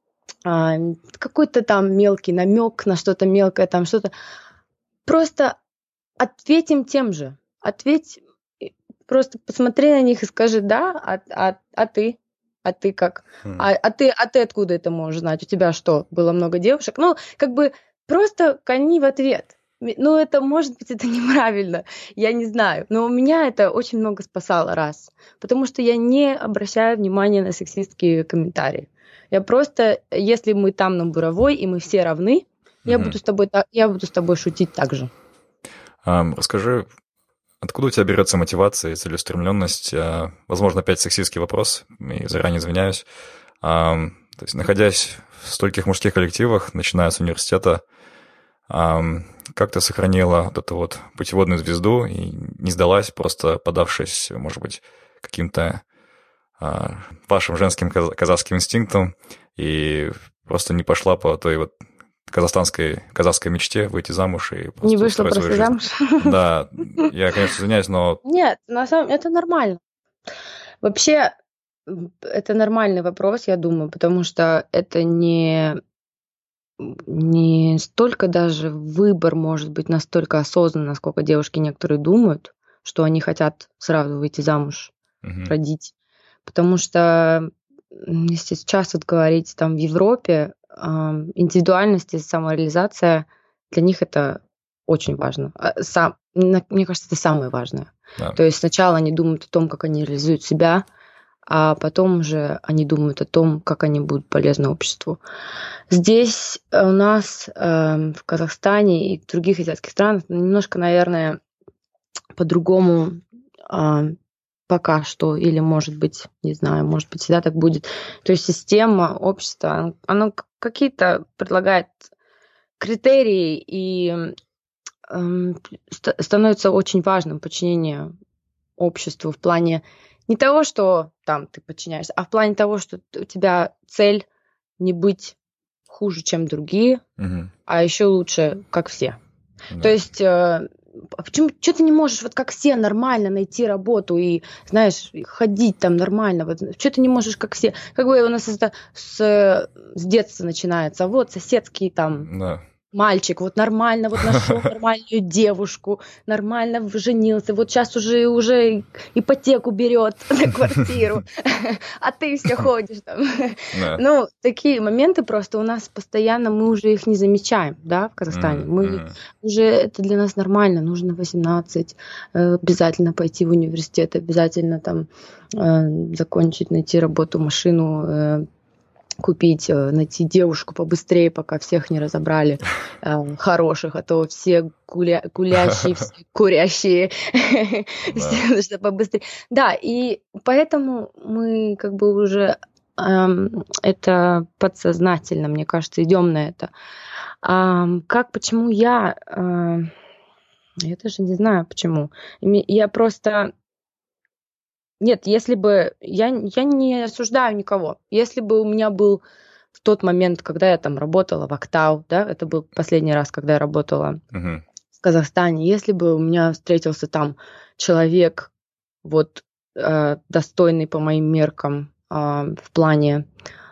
там мелкий намек на что-то мелкое, там что-то. Просто ответим тем же. Ответь, просто посмотри на них и скажи, да, а ты? А ты как? А ты откуда это можешь знать? У тебя что, было много девушек? Просто кони в ответ. Это, может быть, это неправильно, я не знаю. Но у меня это очень много спасало, раз. Потому что я не обращаю внимания на сексистские комментарии. Я просто, если мы там на буровой, и мы все равны, я буду с тобой шутить так же. Расскажи, откуда у тебя берется мотивация и целеустремленность? Возможно, опять сексистский вопрос, и заранее извиняюсь. То есть, находясь в стольких мужских коллективах, начиная с университета, как ты сохранила вот эту вот путеводную звезду и не сдалась, просто подавшись, может быть, каким-то вашим женским казахским инстинктом и просто не пошла по той вот казахской мечте выйти замуж и просто Не вышла просто замуж? Да, я, конечно, извиняюсь, но... Нет, на самом деле это нормально. Вообще, это нормальный вопрос, я думаю, потому что это не столько даже выбор может быть настолько осознанный, насколько девушки некоторые думают, что они хотят сразу выйти замуж, родить. Потому что, если сейчас вот говорить там в Европе, индивидуальность и самореализация для них это очень важно. Мне кажется, это самое важное. Да. То есть сначала они думают о том, как они реализуют себя, а потом уже они думают о том, как они будут полезны обществу. Здесь у нас в Казахстане и в других азиатских странах немножко, наверное, по-другому пока что, или, может быть, не знаю, может быть, всегда так будет. То есть система, общество, оно какие-то предлагает критерии, и становится очень важным подчинение обществу в плане не того, что там ты подчиняешься, а в плане того, что у тебя цель не быть хуже, чем другие, а еще лучше, как все. Да. То есть, почему, что ты не можешь вот как все нормально найти работу и, знаешь, ходить там нормально? Вот, что ты не можешь как все? Как бы у нас это с детства начинается. Вот соседский там... Да. Мальчик, вот нормально, вот нашел нормальную девушку, нормально женился, вот сейчас уже ипотеку берет на квартиру, а ты все ходишь там. Ну, такие моменты просто у нас постоянно, мы уже их не замечаем, да, в Казахстане. Мы уже, это для нас нормально, нужно 18, обязательно пойти в университет, обязательно там закончить, найти работу, машину, купить, найти девушку побыстрее, пока всех не разобрали хороших, а то все гулящие, все курящие, все нужно побыстрее. Да, и поэтому мы как бы уже это подсознательно, мне кажется, идем на это. Почему я даже не знаю почему. Я просто... Нет, если бы... Я не осуждаю никого. Если бы у меня был в тот момент, когда я там работала в Актау, да, это был последний раз, когда я работала в Казахстане, если бы у меня встретился там человек, вот, достойный по моим меркам, в плане,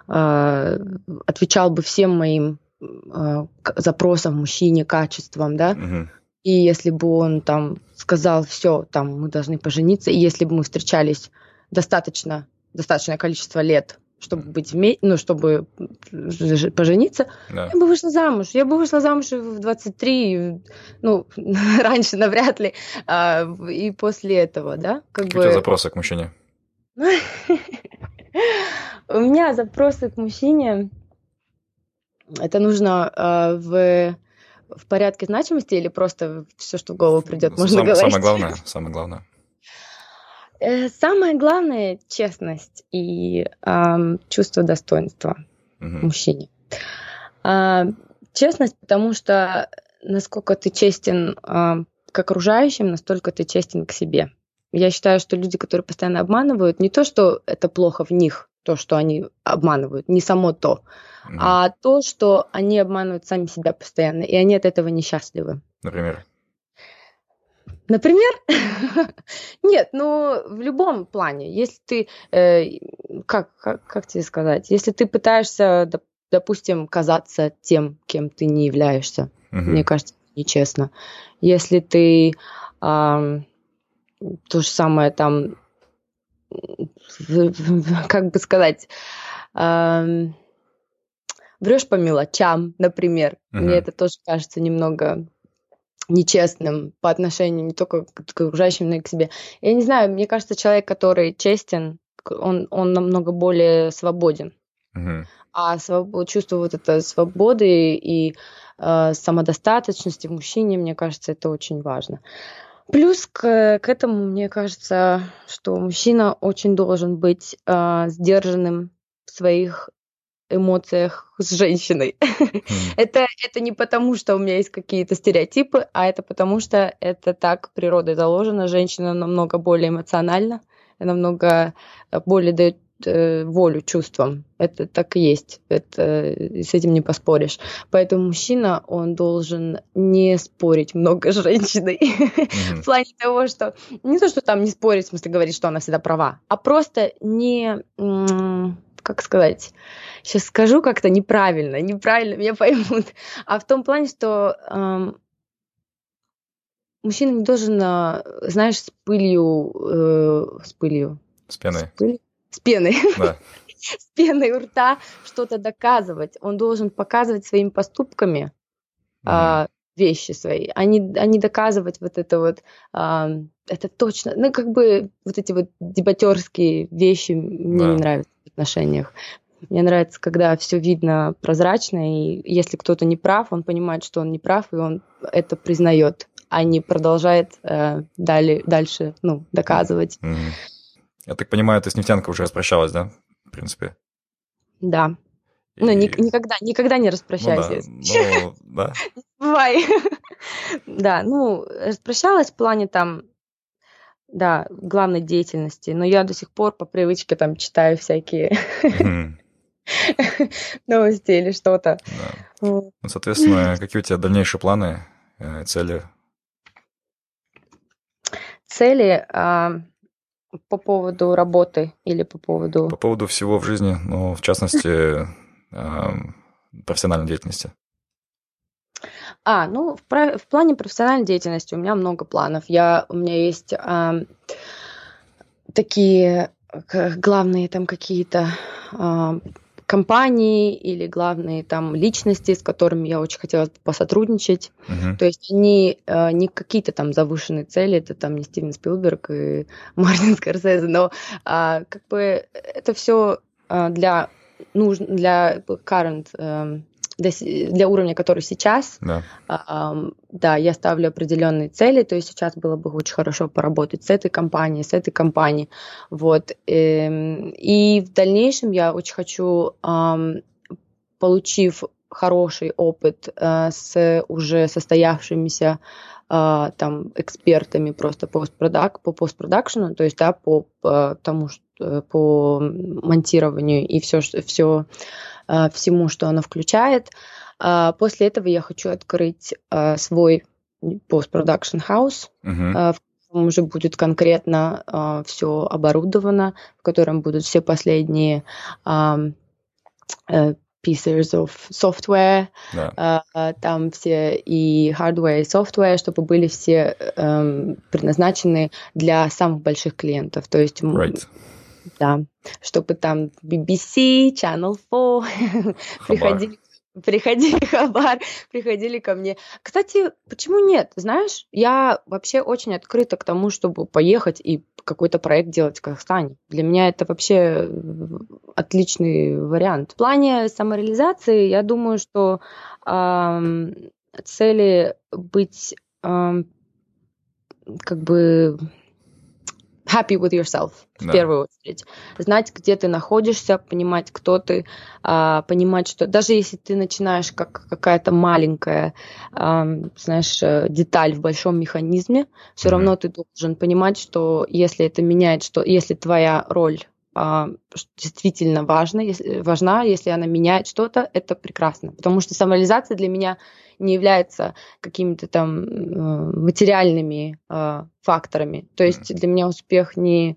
отвечал бы всем моим запросам, мужчине, качествам, да, и если бы он там сказал, все, там мы должны пожениться, и если бы мы встречались достаточное количество лет, чтобы быть чтобы пожениться, да. Я бы вышла замуж. Я бы вышла замуж в 23, раньше навряд ли, и после этого, да. Какие у тебя запросы к мужчине? У меня запросы к мужчине, это нужно в порядке значимости или просто все, что в голову придет, можно говорить? Самое главное. Самое главное – честность и чувство достоинства мужчине. Честность, потому что насколько ты честен к окружающим, настолько ты честен к себе. Я считаю, что люди, которые постоянно обманывают, не то, что это плохо в них, то, что они обманывают, не само то, а то, что они обманывают сами себя постоянно, и они от этого несчастливы. Например? Нет, в любом плане. Если ты, как тебе сказать, если ты пытаешься, допустим, казаться тем, кем ты не являешься, мне кажется, нечестно. Если ты то же самое там, как бы сказать, врешь по мелочам, например. Мне это тоже кажется немного нечестным по отношению не только к окружающим, но и к себе. Я не знаю, мне кажется, человек, который честен, он намного более свободен. чувство вот этой свободы и самодостаточности в мужчине, мне кажется, это очень важно. Плюс к этому, мне кажется, что мужчина очень должен быть сдержанным в своих эмоциях с женщиной. Это не потому, что у меня есть какие-то стереотипы, а это потому, что это так природой заложено. Женщина намного более эмоциональна, намного более дает волю чувствам. Это так и есть. С этим не поспоришь. Поэтому мужчина, он должен не спорить много с женщиной. В плане того, что не то, что там не спорить, в смысле говорить, что она всегда права, а просто не... Как сказать? Сейчас скажу как-то неправильно меня поймут. А в том плане, что мужчина не должен, знаешь, с пеной. С пеной у рта что-то доказывать. Он должен показывать своими поступками вещи свои, а не доказывать вот это вот, это точно, ну, как бы вот эти вот дебатерские вещи мне не нравятся в отношениях. Мне нравится, когда все видно прозрачно, и если кто-то не прав, он понимает, что он не прав, и он это признает, а не продолжает дальше доказывать. Я так понимаю, ты с Нефтянкой уже распрощалась, да, в принципе? Да. Ну, никогда не распрощайся. Да. Бывай. Да, распрощалась в плане там, да, главной деятельности, но я до сих пор по привычке там читаю всякие новости или что-то. Ну, соответственно, какие у тебя дальнейшие планы, цели? Цели по поводу работы или по поводу... По поводу всего в жизни, но в частности профессиональной деятельности. В плане профессиональной деятельности у меня много планов. У меня есть такие главные там какие-то компании или главные там личности, с которыми я очень хотела посотрудничать. То есть они не какие-то там завышенные цели, это там не Стивен Спилберг и Мартин Скорсезе, но как бы это все для current, для уровня, который сейчас, да, я ставлю определенные цели, то есть сейчас было бы очень хорошо поработать с этой компанией, вот, и в дальнейшем я очень хочу, получив хороший опыт с уже состоявшимися там экспертами просто по постпродакшену, то есть, да, по тому, что по монтированию и всему, что оно включает. После этого я хочу открыть свой post-production house, в котором уже будет конкретно все оборудовано, в котором будут все последние pieces of software, там все и hardware, и software, чтобы были все предназначены для самых больших клиентов. То есть да, чтобы там BBC, Channel 4 приходили ко мне. Кстати, почему нет? Знаешь, я вообще очень открыта к тому, чтобы поехать и какой-то проект делать в Казахстане. Для меня это вообще отличный вариант. В плане самореализации, я думаю, что цели быть как бы happy with yourself, в первую очередь. Знать, где ты находишься, понимать, кто ты, понимать, что даже если ты начинаешь как какая-то маленькая, знаешь, деталь в большом механизме, все равно ты должен понимать, что если это меняет, что если твоя роль действительно важна, если она меняет что-то, это прекрасно. Потому что самореализация для меня не является какими-то там материальными факторами. То есть для меня успех не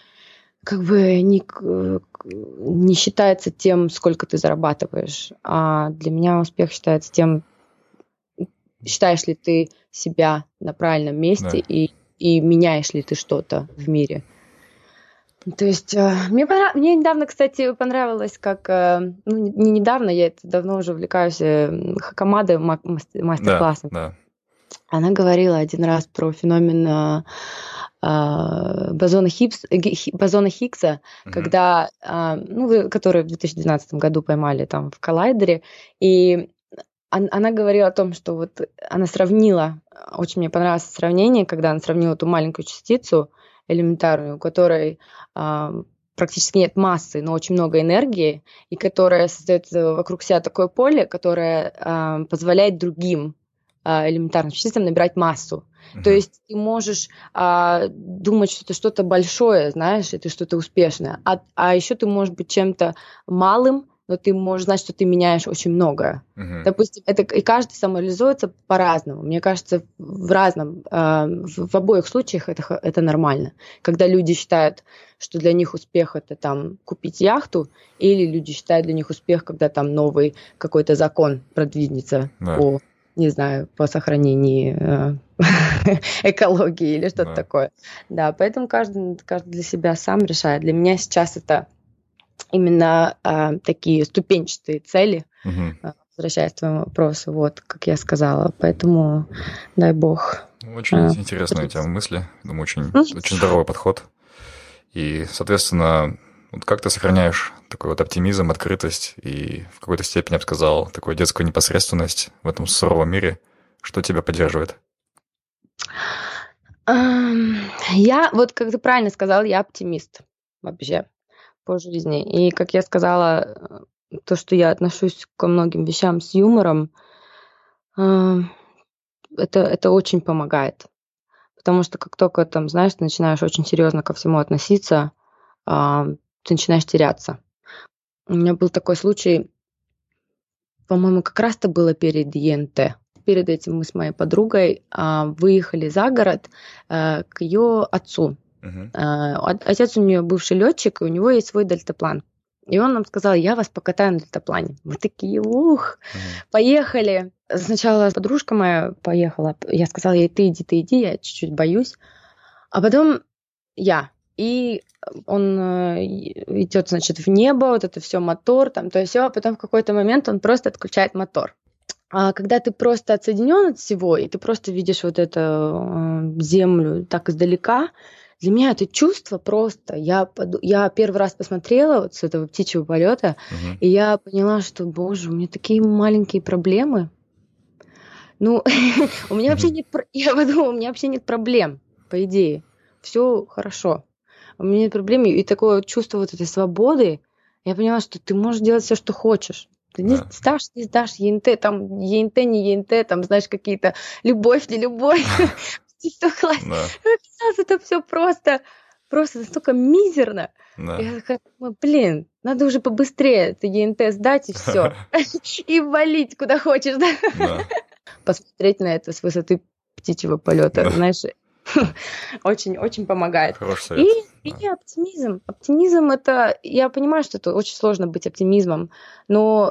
считается тем, сколько ты зарабатываешь, а для меня успех считается тем, считаешь ли ты себя на правильном месте и меняешь ли ты что-то в мире. То есть мне недавно, кстати, понравилось, как... не недавно, я это давно уже увлекаюсь Хакамадой, мастер-классом. Да. Она говорила один раз про феномен бозона Хиггса, когда, который в 2012 году поймали там в коллайдере, и она говорила о том, что вот она сравнила, очень мне понравилось сравнение, когда она сравнила эту маленькую частицу элементарную, у которой практически нет массы, но очень много энергии, и которая создает вокруг себя такое поле, которое позволяет другим элементарным частицам набирать массу. То есть ты можешь думать, что это что-то большое, знаешь, и ты что-то успешное, а еще ты можешь быть чем-то малым, но ты можешь знать, что ты меняешь очень многое. Допустим, и каждый самореализуется по-разному. Мне кажется, в обоих случаях это нормально. Когда люди считают, что для них успех – это там купить яхту, или люди считают для них успех, когда там новый какой-то закон продвинется по, не знаю, по сохранению экологии или что-то такое. Да, поэтому каждый для себя сам решает. Для меня сейчас это именно такие ступенчатые цели, возвращаясь к твоему вопросу, вот, как я сказала. Поэтому, дай бог. Очень интересные у тебя мысли. Думаю, очень здоровый подход. И, соответственно, вот как ты сохраняешь такой вот оптимизм, открытость и в какой-то степени, я бы сказал, такую детскую непосредственность в этом суровом мире? Что тебя поддерживает? Я, вот как ты правильно сказал, я оптимист вообще по жизни. И, как я сказала, то, что я отношусь ко многим вещам с юмором, это очень помогает. Потому что как только, там, знаешь, ты начинаешь очень серьезно ко всему относиться, ты начинаешь теряться. У меня был такой случай, по-моему, как раз-то было перед ЕНТ. Перед этим мы с моей подругой выехали за город к ее отцу. Отец у нее бывший летчик, и у него есть свой дельтаплан. И он нам сказал: я вас покатаю на дельтаплане. Мы такие, поехали. Сначала подружка моя поехала. Я сказала ей: ты иди, я чуть-чуть боюсь. А потом я. И он идет, значит, в небо, вот это все мотор, там, то есть все, а потом в какой-то момент он просто отключает мотор. А когда ты просто отсоединен от всего, и ты просто видишь вот эту землю так издалека, для меня это чувство просто... Я первый раз посмотрела вот с этого птичьего полета, и я поняла, что, боже, у меня такие маленькие проблемы. Ну, у меня вообще нет... Я подумала, у меня вообще нет проблем, по идее. Все хорошо. У меня нет проблем. И такое чувство вот этой свободы, я поняла, что ты можешь делать все, что хочешь. Ты не сдашь ЕНТ, там, ЕНТ, не ЕНТ, там, знаешь, какие-то любовь, не любовь. Это все просто настолько мизерно. Я такая, блин, надо уже побыстрее это ЕНТ сдать и все. И валить куда хочешь, да? Посмотреть на это с высоты птичьего полета, знаешь, очень помогает. И оптимизм. Оптимизм — это... Я понимаю, что это очень сложно быть оптимизмом, но...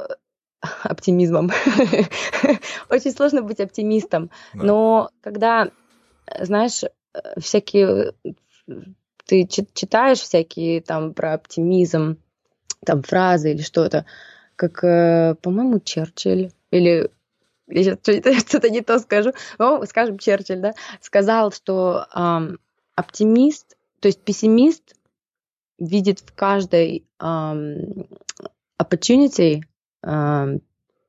Очень сложно быть оптимистом. Но когда, знаешь, всякие... Ты читаешь всякие там про оптимизм, там фразы или что-то, как, по-моему, Черчилль или... Я что-то не то скажу. Ну, скажем, Черчилль, да, сказал, что оптимист, то есть пессимист, видит в каждой opportunity, в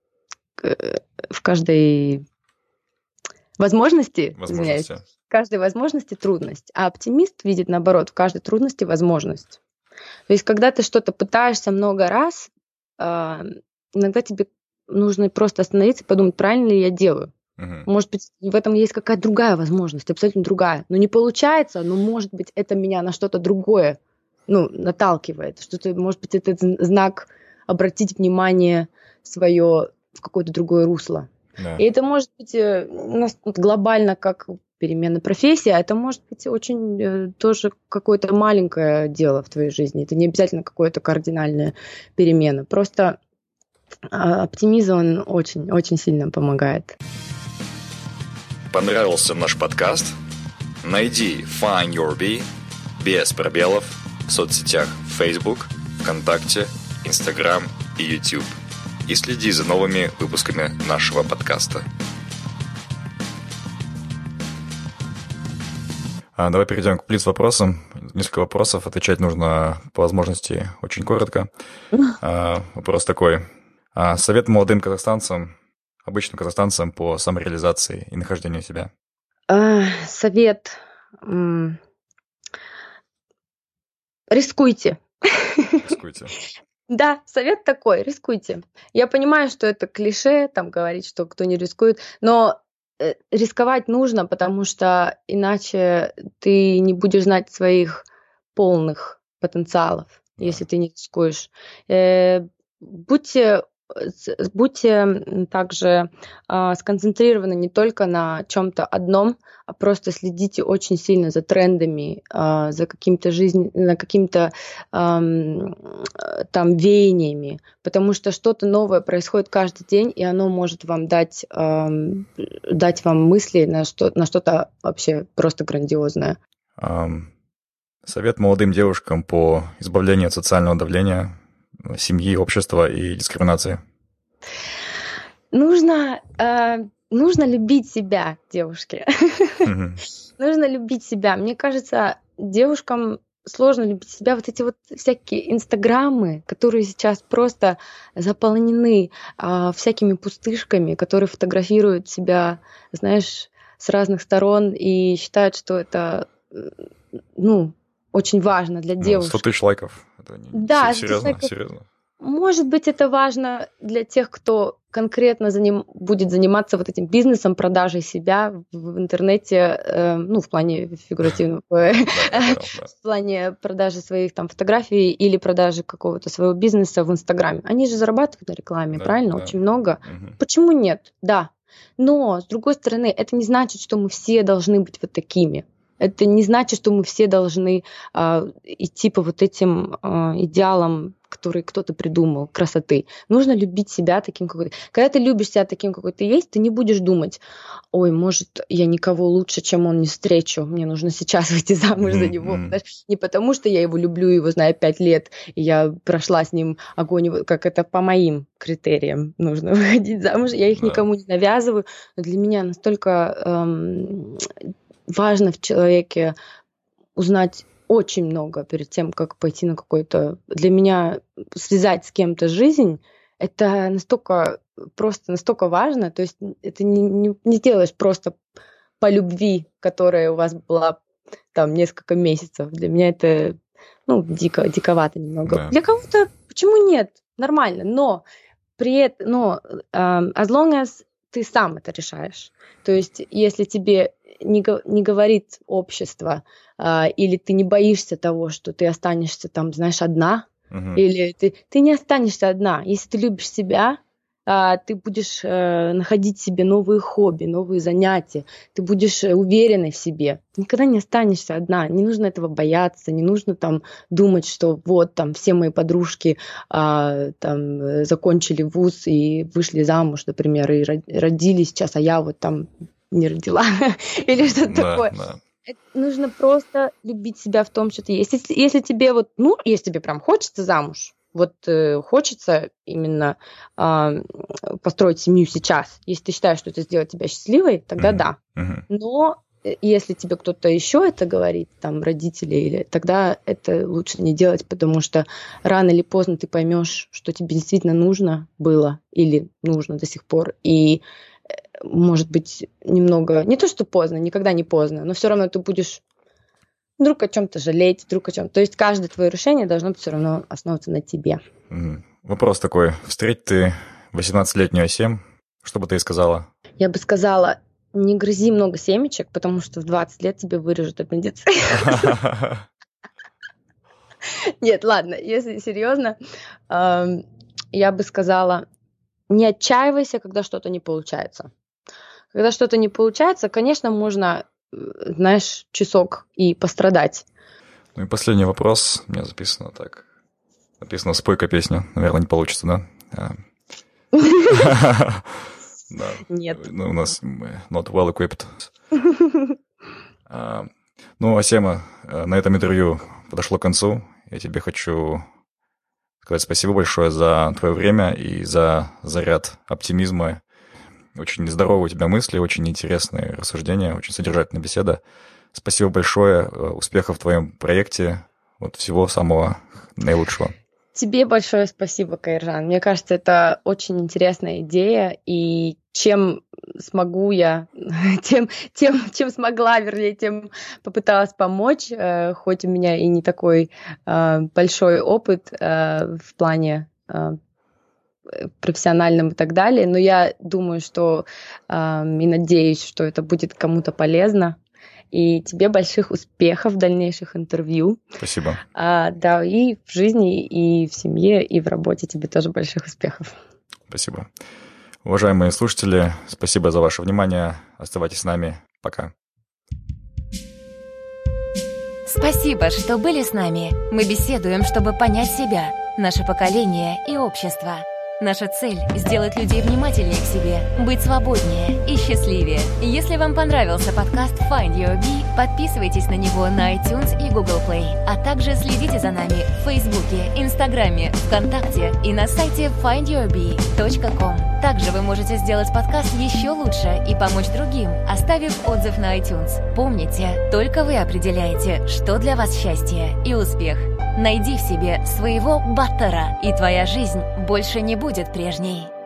каждой возможности, в каждой возможности трудность, а оптимист видит, наоборот, в каждой трудности возможность. То есть, когда ты что-то пытаешься много раз, иногда тебе нужно просто остановиться и подумать, правильно ли я делаю. Может быть, в этом есть какая-то другая возможность, абсолютно другая. Но не получается, но, может быть, это меня на что-то другое наталкивает. Что-то, может быть, это знак обратить внимание свое в какое-то другое русло. Да. И это может быть глобально как перемена профессии, а это может быть очень тоже какое-то маленькое дело в твоей жизни. Это не обязательно какая-то кардинальная перемена. Просто оптимизм, он очень сильно помогает. Понравился наш подкаст? Найди Find Your Bee без пробелов в соцсетях Facebook, ВКонтакте, Instagram и YouTube и следи за новыми выпусками нашего подкаста. Давай перейдем к блиц-вопросам. Несколько вопросов. Отвечать нужно по возможности очень коротко. Вопрос такой. Совет молодым казахстанцам, обычным казахстанцам по самореализации и нахождению себя. Совет. Рискуйте. Рискуйте. Да, совет такой, рискуйте. Я понимаю, что это клише, там говорить, что кто не рискует, но рисковать нужно, потому что иначе ты не будешь знать своих полных потенциалов, если ты не рискуешь. Будьте также сконцентрированы не только на чем-то одном, а просто следите очень сильно за трендами, за какими-то там веяниями, потому что что-то новое происходит каждый день, и оно может вам дать вам мысли на что-то вообще просто грандиозное. Совет молодым девушкам по избавлению от социального давления, семьи, общества и дискриминации. Нужно любить себя, девушки. Нужно любить себя. Мне кажется, девушкам сложно любить себя. Вот эти вот всякие инстаграмы, которые сейчас просто заполнены всякими пустышками, которые фотографируют себя, знаешь, с разных сторон и считают, что это, очень важно для девушек. 100 тысяч лайков. Да, серьезно. Может быть, это важно для тех, кто конкретно будет заниматься вот этим бизнесом, продажей себя в интернете, в плане фигуративного, в плане продажи своих там фотографий или продажи какого-то своего бизнеса в Инстаграме. Они же зарабатывают на рекламе, правильно? Очень много. Почему нет? Да. Но, с другой стороны, это не значит, что мы все должны быть вот такими. Это не значит, что мы все должны идти по вот этим идеалам, которые кто-то придумал, красоты. Нужно любить себя таким, какой ты. Когда ты любишь себя таким, какой ты есть, ты не будешь думать, ой, может, я никого лучше, чем он, не встречу, мне нужно сейчас выйти замуж за него. Не потому, что я его люблю, его знаю 5 лет, и я прошла с ним огонь, как это по моим критериям нужно выходить замуж. Я их никому не навязываю, но для меня настолько важно в человеке узнать очень много перед тем, как пойти на какой-то... Для меня связать с кем-то жизнь, это настолько важно. То есть это не делаешь просто по любви, которая у вас была там несколько месяцев. Для меня это диковато немного. Да. Для кого-то почему нет? Нормально. Но при этом, as long as ты сам это решаешь. То есть если тебе не говорит общество, или ты не боишься того, что ты останешься там, знаешь, одна, или ты не останешься одна. Если ты любишь себя, ты будешь находить себе новые хобби, новые занятия, ты будешь уверенной в себе. Ты никогда не останешься одна. Не нужно этого бояться, не нужно там думать, что вот там все мои подружки там закончили вуз и вышли замуж, например, и родились сейчас, а я вот там не родила или что-то такое. Да. Нужно просто любить себя в том, что ты есть. Если тебе если тебе прям хочется замуж, хочется именно построить семью сейчас, если ты считаешь, что это сделает тебя счастливой, тогда да. Но если тебе кто-то еще это говорит, там родители, тогда это лучше не делать, потому что рано или поздно ты поймешь, что тебе действительно нужно было или нужно до сих пор, и может быть немного, не то что поздно, никогда не поздно, но все равно ты будешь вдруг о чем-то жалеть, вдруг о чем-то. То есть каждое твое решение должно быть все равно основываться на тебе. Вопрос такой. Встреть ты 18-летнюю Асем, что бы ты ей сказала? Я бы сказала, не грызи много семечек, потому что в 20 лет тебе вырежут аппендицит. Нет, ладно, если серьезно, я бы сказала, не отчаивайся, когда что-то не получается. Когда что-то не получается, конечно, можно, знаешь, часок и пострадать. Ну и последний вопрос. У меня записано так. Написано «Спой-ка песню». Наверное, не получится, да? Нет. У нас not well equipped. Асема, на этом интервью подошло к концу. Я тебе хочу сказать спасибо большое за твое время и за заряд оптимизма. Очень здоровые у тебя мысли, очень интересные рассуждения, очень содержательная беседа. Спасибо большое, успехов в твоем проекте, вот всего самого наилучшего. Тебе большое спасибо, Кайыржан. Мне кажется, это очень интересная идея, и чем смогу я, чем смогла, вернее, тем попыталась помочь, хоть у меня и не такой большой опыт в плане профессиональном и так далее, но я думаю, что и надеюсь, что это будет кому-то полезно. И тебе больших успехов в дальнейших интервью. Спасибо. Да, и в жизни, и в семье, и в работе тебе тоже больших успехов. Спасибо. Уважаемые слушатели, спасибо за ваше внимание. Оставайтесь с нами. Пока. Спасибо, что были с нами. Мы беседуем, чтобы понять себя, наше поколение и общество. Наша цель – сделать людей внимательнее к себе, быть свободнее и счастливее. Если вам понравился подкаст Find Your Bee, подписывайтесь на него на iTunes и Google Play, а также следите за нами в Фейсбуке, Инстаграме, ВКонтакте и на сайте findyourbee.com. Также вы можете сделать подкаст еще лучше и помочь другим, оставив отзыв на iTunes. Помните, только вы определяете, что для вас счастье и успех. Найди в себе своего баттера, и твоя жизнь больше не будет прежней.